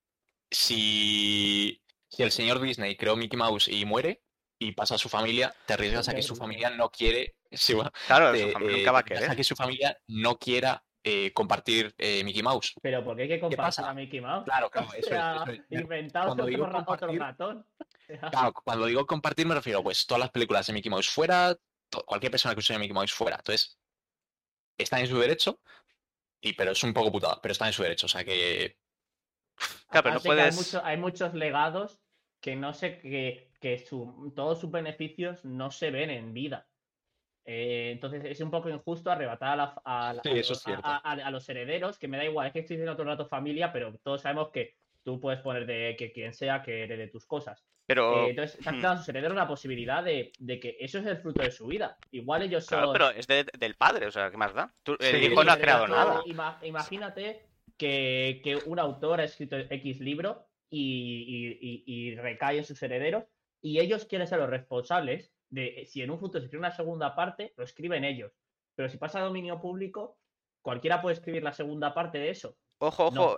si el señor Disney creó Mickey Mouse y muere y pasa a su familia, te arriesgas a que Señor su Disney. familia no quiere, sí, bueno, claro, su familia nunca va a te arriesgas querer. a que su familia no quiera compartir Mickey Mouse. Pero ¿por qué hay que ¿Qué compartir a pasa? Mickey Mouse? Claro, O claro, eso es. sea, Eso es. inventaos Cuando digo otro compartir, ratón. O sea, claro, cuando digo compartir me refiero pues todas las películas de Mickey Mouse fuera, cualquier persona que use Mickey Mouse fuera. Entonces, está en su derecho, pero es un poco putada, pero está en su derecho. O sea que. Claro, pero no aparte que puedes... hay muchos legados que no sé que todos sus beneficios no se ven en vida. Entonces es un poco injusto arrebatar Sí, eso es cierto. a los herederos, que me da igual, es que estoy diciendo todo el rato familia, pero todos sabemos que tú puedes poner de que quien sea que herede tus cosas. Pero... Entonces estás dando a sus herederos la posibilidad de que eso es el fruto de su vida. Igual ellos Claro, son... pero es del padre, o sea, ¿qué más da? El Sí, hijo no ha pero creado tú nada. Imagínate que un autor ha escrito X libro y recae en sus herederos y ellos quieren ser los responsables de si en un futuro se escribe una segunda parte, lo escriben ellos. Pero si pasa a dominio público, cualquiera puede escribir la segunda parte de eso. Ojo, No.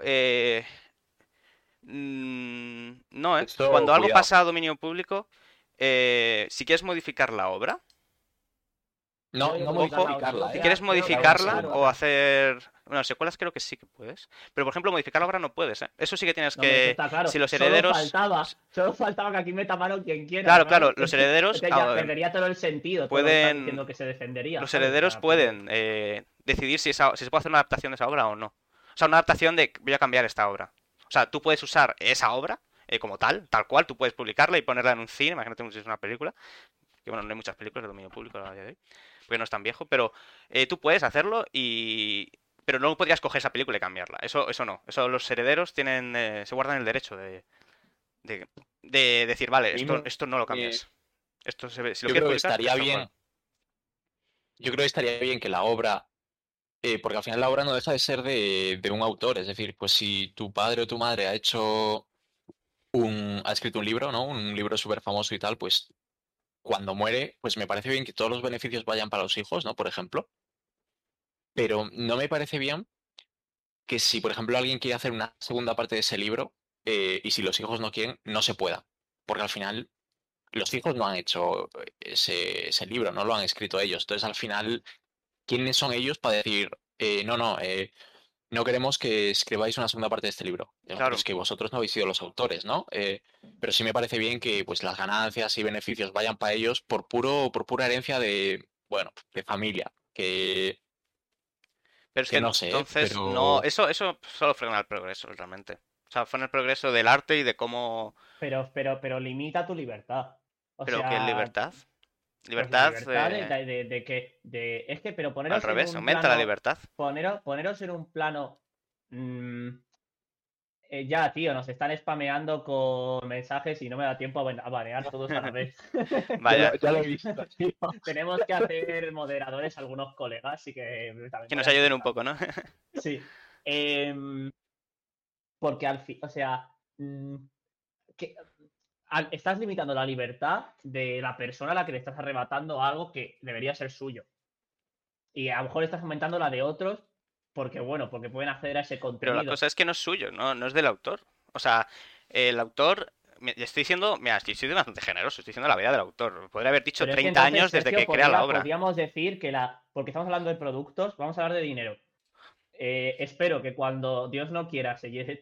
No, ¿eh? Esto, Cuando algo cuidado. pasa a dominio público, si quieres modificar la obra, No, Yo no digo modificarla, si ¿eh? quieres Claro, modificarla claro. o hacer... Bueno, secuelas creo que sí que puedes. Pero, por ejemplo, modificar la obra no puedes, ¿eh? Eso sí que tienes No, hombre, eso que... está claro. Si los herederos... Solo faltaba que aquí meta mano quien quiera. Claro, ¿no? claro, los herederos... Ya perdería todo el sentido. Todo lo que estás pueden... diciendo que se defendería. Los ¿sabes? O herederos sea, pueden decidir si se puede hacer una adaptación de esa obra o no. O sea, una adaptación de voy a cambiar esta obra. O sea, tú puedes usar esa obra como tal cual, tú puedes publicarla y ponerla en un cine, imagínate si es una película, que bueno, no hay muchas películas de dominio público a día de hoy, porque no es tan viejo, pero tú puedes hacerlo pero no podrías coger esa película y cambiarla. Eso no. Eso los herederos tienen, se guardan el derecho de decir, vale, esto no lo cambias. Esto si lo Yo quieres creo que publicar, estaría esto bien. fuera. Yo creo que estaría bien que la obra. Porque al final la obra no deja de ser de un autor. Es decir, pues si tu padre o tu madre ha escrito un libro, ¿no? Un libro súper famoso y tal, pues cuando muere, pues me parece bien que todos los beneficios vayan para los hijos, ¿no? Por ejemplo. Pero no me parece bien que si, por ejemplo, alguien quiere hacer una segunda parte de ese libro, y si los hijos no quieren, no se pueda. Porque al final los hijos no han hecho ese libro, no lo han escrito ellos. Entonces, al final, ¿quiénes son ellos para decir, no queremos que escribáis una segunda parte de este libro? Pero Claro. es que vosotros no habéis sido los autores, ¿no? Pero sí me parece bien que pues las ganancias y beneficios vayan para ellos por pura herencia de familia. Pero es Que que no sé, entonces pero no, eso solo frena el progreso realmente. O sea, frena el progreso del arte y de cómo... pero limita tu libertad. O Pero que sea, libertad. pues Libertad la libertad de que. Es que, pero al poneros en revés, un aumenta la plano. libertad. Poneros en un plano. Ya, tío, nos están spameando con mensajes y no me da tiempo a banear todos a la vez. Vaya, ya lo he visto, tío. Tenemos que hacer moderadores algunos colegas, así que también que voy nos a ayuden un intentar. poco, ¿no? Sí. Porque al fin, o sea, que, estás limitando la libertad de la persona a la que le estás arrebatando algo que debería ser suyo. Y a lo mejor estás aumentando la de otros porque pueden acceder a ese Pero contenido. la cosa es que no es suyo, no es del autor. O sea, el autor. Estoy diciendo, mira, estoy siendo bastante generoso, estoy diciendo la vida del autor. Podría haber dicho Pero es que 30 entonces, años desde Sergio, que crea la obra. podríamos decir que porque estamos hablando de productos, vamos a hablar de dinero. Espero que cuando Dios no quiera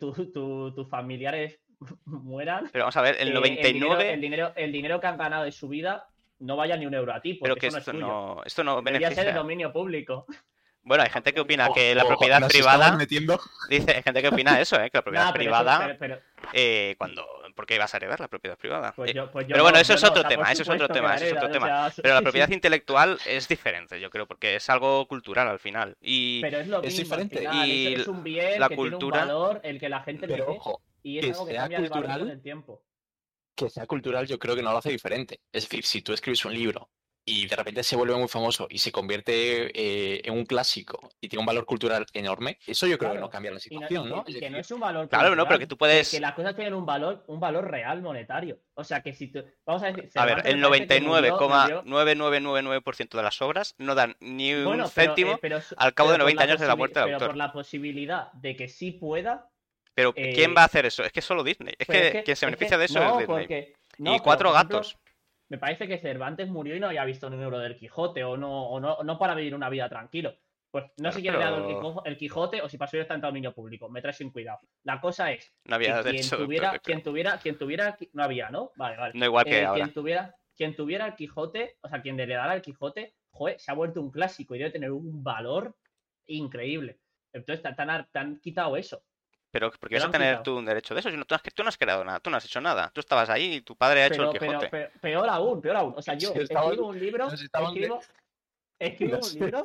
tus familiares mueran, Pero vamos a ver, el el 99. dinero que han ganado de su vida no vaya ni un euro a ti, Pero porque que eso no es tuyo. esto no Debería ser de beneficia. dominio público. Bueno, hay gente que opina que la Ojo, propiedad nos privada. estamos metiendo. Dice, hay gente que opina eso, que la propiedad Nah, pero privada. pero cuando. ¿Por qué vas a heredar la propiedad privada? pues yo Pero bueno, no, eso es yo no, otro o sea, tema, por eso es otro supuesto que tema, la eso es otro heredan, o tema. sea, Pero la sí, propiedad sí. intelectual es diferente, yo creo, porque es algo cultural al final. Y Pero es lo Es mismo al diferente. final. Y Es un bien la que tiene un cultura. valor, el que la gente le Pero dé, ojo, y es que algo que sea cambia de valor con cultural, el tiempo. que sea cultural, yo creo que no lo hace diferente. Es decir, si tú escribes un libro y de repente se vuelve muy famoso y se convierte en un clásico y tiene un valor cultural enorme, eso yo creo que no Claro. cambia la Y, situación, ¿no? Es que no decir, es un valor Claro, no, pero cultural, que tú que puedes. las cosas tienen un valor real monetario. O sea, que si tú, vamos a decir, A ver, Cervantes me el parece que murió. 99,9999% de las obras no dan ni un Bueno, céntimo al cabo de por 90 la años de la muerte del pero por autor. la posibilidad de que sí pueda. Pero ¿quién va a hacer eso? Es que solo Disney. Es Pero que quien se beneficia de eso no, es Disney. porque. Y No, pero, Cuatro por ejemplo, Gatos. me parece que Cervantes murió y no había visto ni un euro del Quijote, o no para vivir una vida tranquilo. Pues no Claro, sé quién ha leído pero el Quijote o si pasó directamente al dominio público. Me trae sin cuidado. La cosa es no que había derecho de autor, yo creo. quien tuviera, no había, ¿no? Vale, vale. No igual que ahora. Quien tuviera el Quijote, o sea, quien heredara el Quijote, joder, se ha vuelto un clásico y debe tener un valor increíble. Entonces te han quitado eso. Pero ¿por qué Te vas lo a han tener quitado. tú un derecho de eso? Si no, tú no has creado nada, tú no has hecho nada. Tú estabas ahí y tu padre ha hecho el Quijote. Peor aún, peor aún. O sea, yo si estamos- escribo un libro, nos estaban de- escribo no un sé. libro,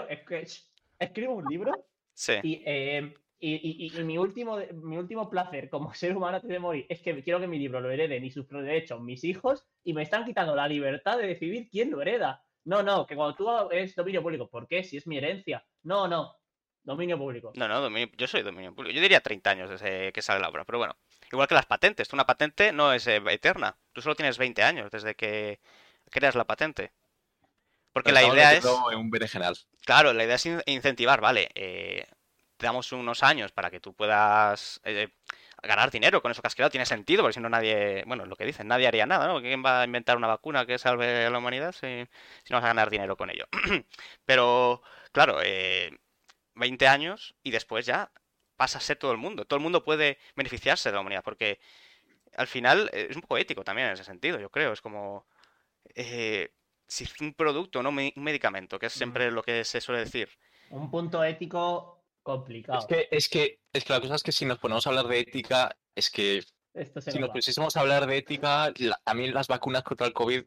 escribo un libro Sí. y mi último placer como ser humano antes de morir es que quiero que mi libro lo hereden y sus derechos mis hijos y me están quitando la libertad de decidir quién lo hereda. No, que cuando tú es dominio público, ¿por qué? Si es mi herencia. No, dominio público. No, yo soy dominio público. Yo diría 30 años desde que sale la obra, pero bueno. Igual que las patentes. Una patente no es eterna. Tú solo tienes 20 años desde que creas la patente. Porque nos la estamos idea es, metiendo en un berenjenal. claro, la idea es incentivar, vale, te damos unos años para que tú puedas ganar dinero con eso que has creado. Tiene sentido, porque si no nadie, bueno, lo que dicen, nadie haría nada, ¿no? ¿Quién va a inventar una vacuna que salve a la humanidad si no vas a ganar dinero con ello? Pero, claro, 20 años y después ya pasa a ser todo el mundo. Todo el mundo puede beneficiarse de la humanidad, porque al final es un poco ético también en ese sentido, yo creo. Es como si un producto, no un medicamento, que es siempre lo que se suele decir. Un punto ético complicado. Es que la cosa es que si nos ponemos a hablar de ética, es que Esto se si nos nos va. pusiésemos a hablar de ética, también las vacunas contra el COVID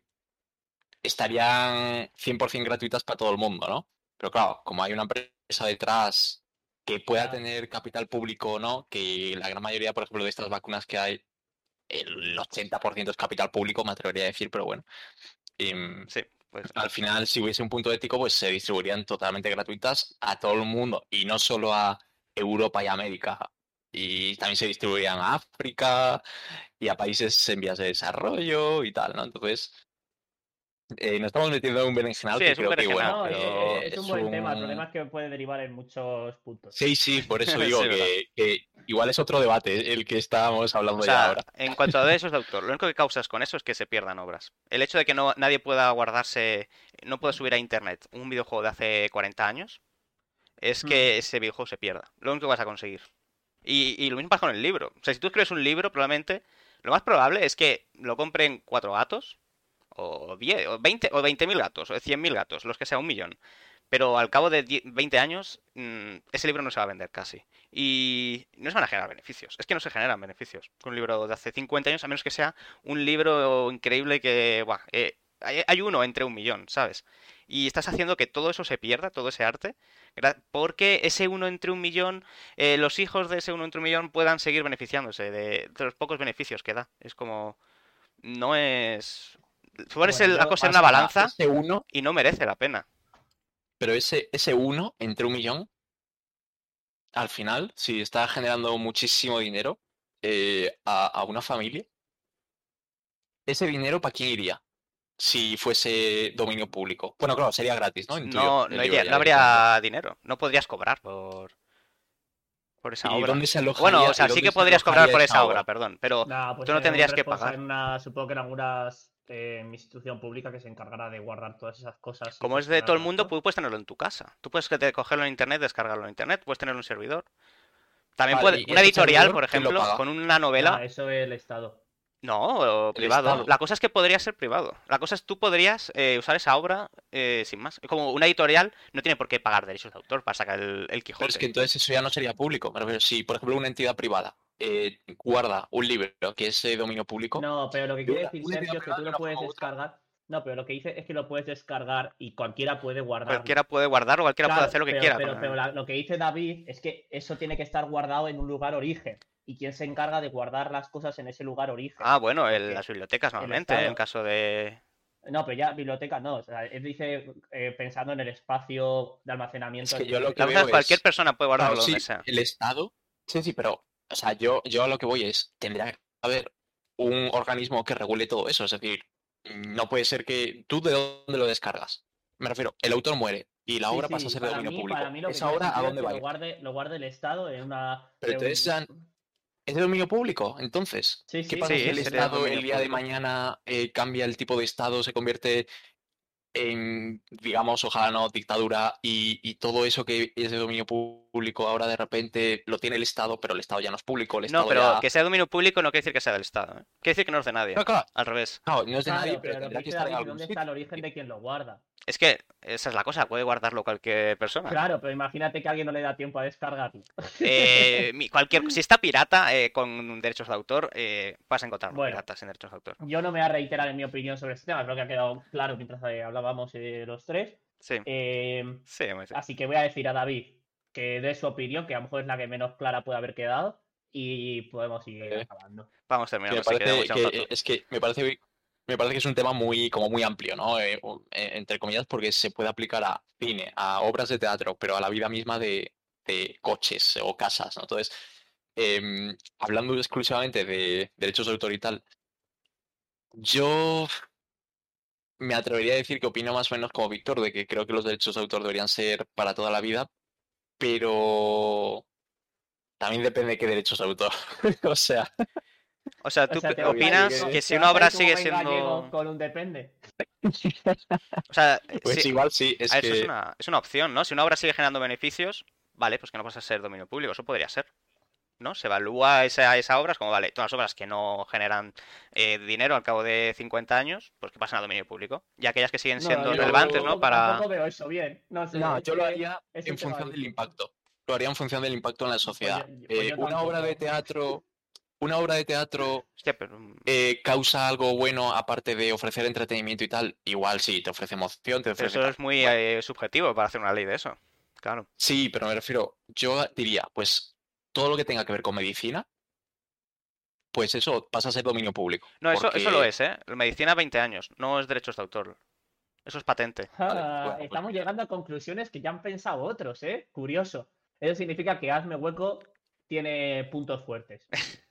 estarían 100% gratuitas para todo el mundo, ¿no? Pero claro, como hay una empresa detrás que pueda Claro. tener capital público o no, que la gran mayoría, por ejemplo, de estas vacunas que hay, el 80% es capital público, me atrevería a decir, pero bueno. Sí, pues Al final, si hubiese un punto ético, pues se distribuirían totalmente gratuitas a todo el mundo y no solo a Europa y América. Y también se distribuirían a África y a países en vías de desarrollo y tal, ¿no? Entonces, nos estamos metiendo en un berenjenal sí, que es un creo que, berenjenal, bueno, No, pero es un buen tema. El problema es que puede derivar en muchos puntos. Sí, por eso digo Sí, verdad. que igual es otro debate el que estábamos O hablando ya sea, ahora. en cuanto a derechos de autor, lo único que causas con eso es que se pierdan obras. El hecho de que nadie pueda guardarse, no pueda subir a internet un videojuego de hace 40 años, es que ese videojuego se pierda. Lo único que vas a conseguir. Y lo mismo pasa con el libro. O sea, si tú escribes un libro, probablemente lo más probable es que lo compren 4 gatos, o 10, o 20, o 20.000 gatos, o 100.000 gatos, los que sea 1 millón. Pero al cabo de 20 años, ese libro no se va a vender casi. Y no se van a generar beneficios. Es que no se generan beneficios con un libro de hace 50 años, a menos que sea un libro increíble que, buah, hay uno entre 1 millón, ¿sabes? Y estás haciendo que todo eso se pierda, todo ese arte, porque ese uno entre 1 millón, los hijos de ese uno entre 1 millón puedan seguir beneficiándose de los pocos beneficios que da. Es como, no es. Pones Bueno, la cosa en O una sea, balanza ese uno, y no merece la pena. pero ese uno entre 1 millón, al final, si está generando muchísimo dinero a una familia, ¿ese dinero para quién iría? si fuese dominio público. Bueno, claro, sería gratis, ¿no? Intuyo, No, el no, libro no ya directamente. habría dinero. No podrías cobrar por esa ¿Y obra. dónde se Bueno, o alojaría, y sea, sí dónde que se podrías cobrar alojaría por esa esa obra, obra? perdón, pero Nada, pues tú no en un tendrías que responsable, pagar. supongo que en algunas institución pública que se encargará de guardar todas esas cosas y Como es de todo el gestionarlas, mundo, ¿no? puedes tenerlo en tu casa. Tú puedes cogerlo en internet, descargarlo en internet, puedes tener un servidor. También Vale, puede, ¿y una ese editorial, servidor por quién lo ejemplo, paga? con una Nada, novela. eso es el Estado. No, o El privado. Estado. La cosa es que podría ser privado. La cosa es tú podrías usar esa obra sin más. Como una editorial no tiene por qué pagar derechos de autor para sacar el Pero es Quijote. que entonces eso ya no sería público. Me refiero, si, por ejemplo, una entidad privada guarda un libro que es de dominio público, No, pero lo que quiere decir una entidad Sergio es que privada tú de lo una puedes forma u otra. descargar. No, pero lo que dice es que lo puedes descargar y cualquiera puede guardarlo. Cualquiera puede guardar o cualquiera puede Claro, hacer lo que quiera con él. lo que dice David es que eso tiene que estar guardado en un lugar origen. ¿Y quién se encarga de guardar las cosas en ese lugar origen? Ah, bueno, las Porque bibliotecas el normalmente, en Estado. caso de... No, pero ya biblioteca no. O sea, él dice pensando en el espacio de Es almacenamiento que del yo lo libro. que La cosa es veo que cualquier es, persona puede claro, guardarlo donde sí, sea. el Estado, sí, sí, pero, o sea, yo a lo que voy es, tendría que haber un organismo que regule todo eso. Es decir, no puede ser que tú de dónde lo descargas. Me refiero, el autor muere y la Sí, obra pasa a sí, ser de dominio para público. mí lo que ¿Esa tiene obra a sentido es dónde que va a ir? lo guarde el Estado en una Pero entonces ya es de dominio público. Entonces, Sí, ¿qué sí, pasa sí, si Sí, el sí, sería sí. Estado dominio el día de público. mañana cambia el tipo de Estado, se convierte en, digamos, ojalá no, dictadura y todo eso que es de dominio público ahora de repente lo tiene el Estado, pero el Estado ya no es público, el No, Estado pero ya... que sea dominio público no quiere decir que sea del Estado, ¿eh? Quiere decir que no es de nadie. No, claro, Al revés. claro, no es de nadie, Claro, pero pero lo que tendrá que dice estar en David, algún ¿dónde está el sitio. origen de quien lo guarda? Es que esa es la cosa, puede guardarlo cualquier persona. Claro, pero imagínate que a alguien no le da tiempo a descargarlo. Si está pirata con derechos de autor, vas a encontrarlo Bueno, pirata sin derechos de autor. yo no me voy a reiterar en mi opinión sobre este tema, creo que ha quedado claro mientras hablábamos los tres. Sí, Eh, sí, sí. Así que voy a decir a David que dé su opinión, que a lo mejor es la que menos clara puede haber quedado, y podemos ir Eh, acabando. Vamos que me terminando, sí, que llevamos parece ya un rato. es que me parece que es un tema muy, como muy amplio, ¿no? Entre comillas, porque se puede aplicar a cine, a obras de teatro, pero a la vida misma de coches o casas, ¿no? Entonces, hablando exclusivamente de derechos de autor y tal, yo me atrevería a decir que opino más o menos como Víctor, de que creo que los derechos de autor deberían ser para toda la vida, pero también depende de qué derechos de autor. O sea, O sea, O ¿tú sea, opinas que si te una vas a obra ir como sigue buen gallego siendo... con un depende. O sea, pues igual sí, es eso que es una opción, ¿no? Si una obra sigue generando beneficios, vale, pues que no pasa a ser dominio público, eso podría ser. ¿No? Se evalúa esa obra, es como, vale, todas las obras que no generan dinero al cabo de 50 años, pues que pasan a dominio público. Y aquellas que siguen No, siendo yo relevantes, ¿no? tampoco Para... veo eso bien. No sé, no, es yo lo que haría es en un tema función del difícil. impacto. Lo haría en función del impacto en la sociedad. Pues yo Una obra de tampoco. teatro, una obra de teatro Hostia, pero... causa algo bueno aparte de ofrecer entretenimiento y tal. Igual sí, te ofrece emoción, te Pero ofrece eso tal. es muy Bueno, subjetivo para hacer una ley de eso. Claro. sí, pero me refiero, yo diría, pues todo lo que tenga que ver con medicina, pues eso pasa a ser dominio público. No, eso lo Porque, es, ¿eh? Medicina 20 años, no es derechos de autor. Eso es patente. vale, bueno, pues Estamos mira. llegando a conclusiones que ya han pensado otros, ¿eh? Curioso. Eso significa que Hazme Hueco tiene puntos fuertes.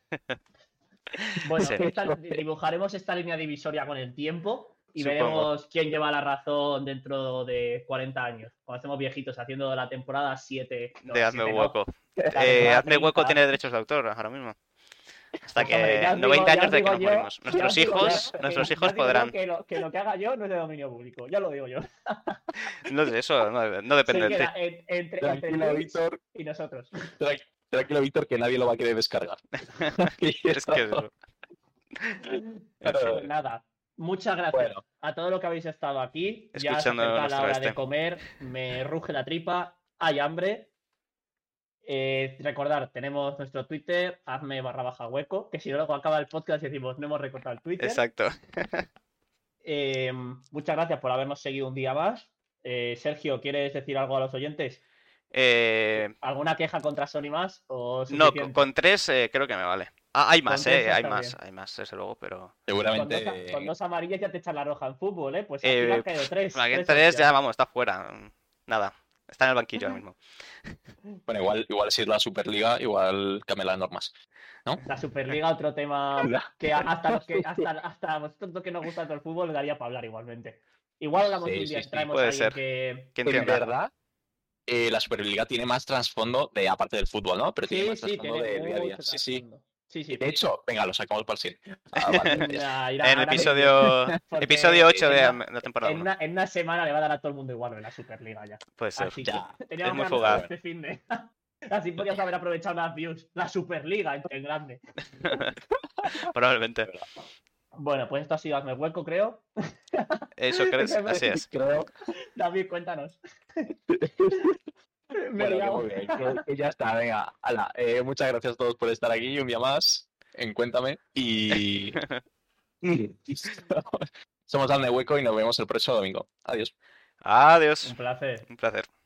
Bueno, Sí, dibujaremos esta línea divisoria con el tiempo y supongo. veremos quién lleva la razón dentro de 40 años. Cuando estemos viejitos haciendo la temporada 7. No, De la Hazme 7 no. Hueco. La temporada Hazme Hueco 30. tiene derechos de autor ahora mismo. Hasta Pues hombre, que 90 ya años os de que digo nos yo, morimos. Nuestros hijos podrán. que lo que haga yo no es de dominio público. Ya lo digo yo. No de eso, no depende Se del queda ti. entre Tranquilo, Twitch Víctor. y nosotros. Tranquilo, Víctor, que nadie lo va a querer descargar. Y Es que es eso. eso. En fin, Pues nada, muchas gracias Bueno, a todos los que habéis estado aquí. Ya se escuchando acerca la nuestro hora de este. comer, me ruge la tripa, hay hambre. Recordar, tenemos nuestro Twitter, hazme_hueco, que si no luego acaba el podcast y decimos no hemos recortado el Twitter. Exacto. Muchas gracias por habernos seguido un día más. Sergio, ¿quieres decir algo a los oyentes? ¿Alguna queja contra Sony más o No, suficiente? con 3 creo que me vale. Hay más, Con 3 hay está más, bien. hay más, desde luego, pero... seguramente. Con dos amarillas ya te echan la roja en fútbol, ¿eh? Pues aquí le han caído 3. Aquí en 3 ya, vamos, está fuera. Nada. Está en el banquillo ahora mismo. Bueno, igual si es la Superliga, igual cambia las normas, ¿no? La Superliga, otro tema que hasta a vosotros que nos gusta todo el fútbol, daría para hablar igualmente. Igual hablamos Sí, un día, sí, sí, traemos puede a alguien ser. que... Que En entienda. verdad, la Superliga tiene más trasfondo de aparte del fútbol, ¿no? Pero tiene Sí, más sí, trasfondo tiene del día a día. mucho Sí, sí. trasfondo. Sí, sí. De hecho, venga, lo sacamos para el 100. Vale, ya. Nah, En el ahora mismo. episodio, Porque episodio 8 de en la temporada 1. en una semana le va a dar a todo el mundo igual en la Superliga ya. Puede ser. Así Ya, que teníamos muy que fugaz. hacerlo este fin de. Así podíamos haber aprovechado las views. La Superliga en grande. Probablemente. Bueno, pues esto ha sido Hazme Hueco, creo. Eso crees. Así es. Creo. David, cuéntanos. Me he Bueno, que liado. muy bien, que ya está, venga. Hala, muchas gracias a todos por estar aquí un día más en Cuéntame. Y somos Hazme Hueco y nos vemos el próximo domingo. Adiós. Adiós. Un placer. Un placer.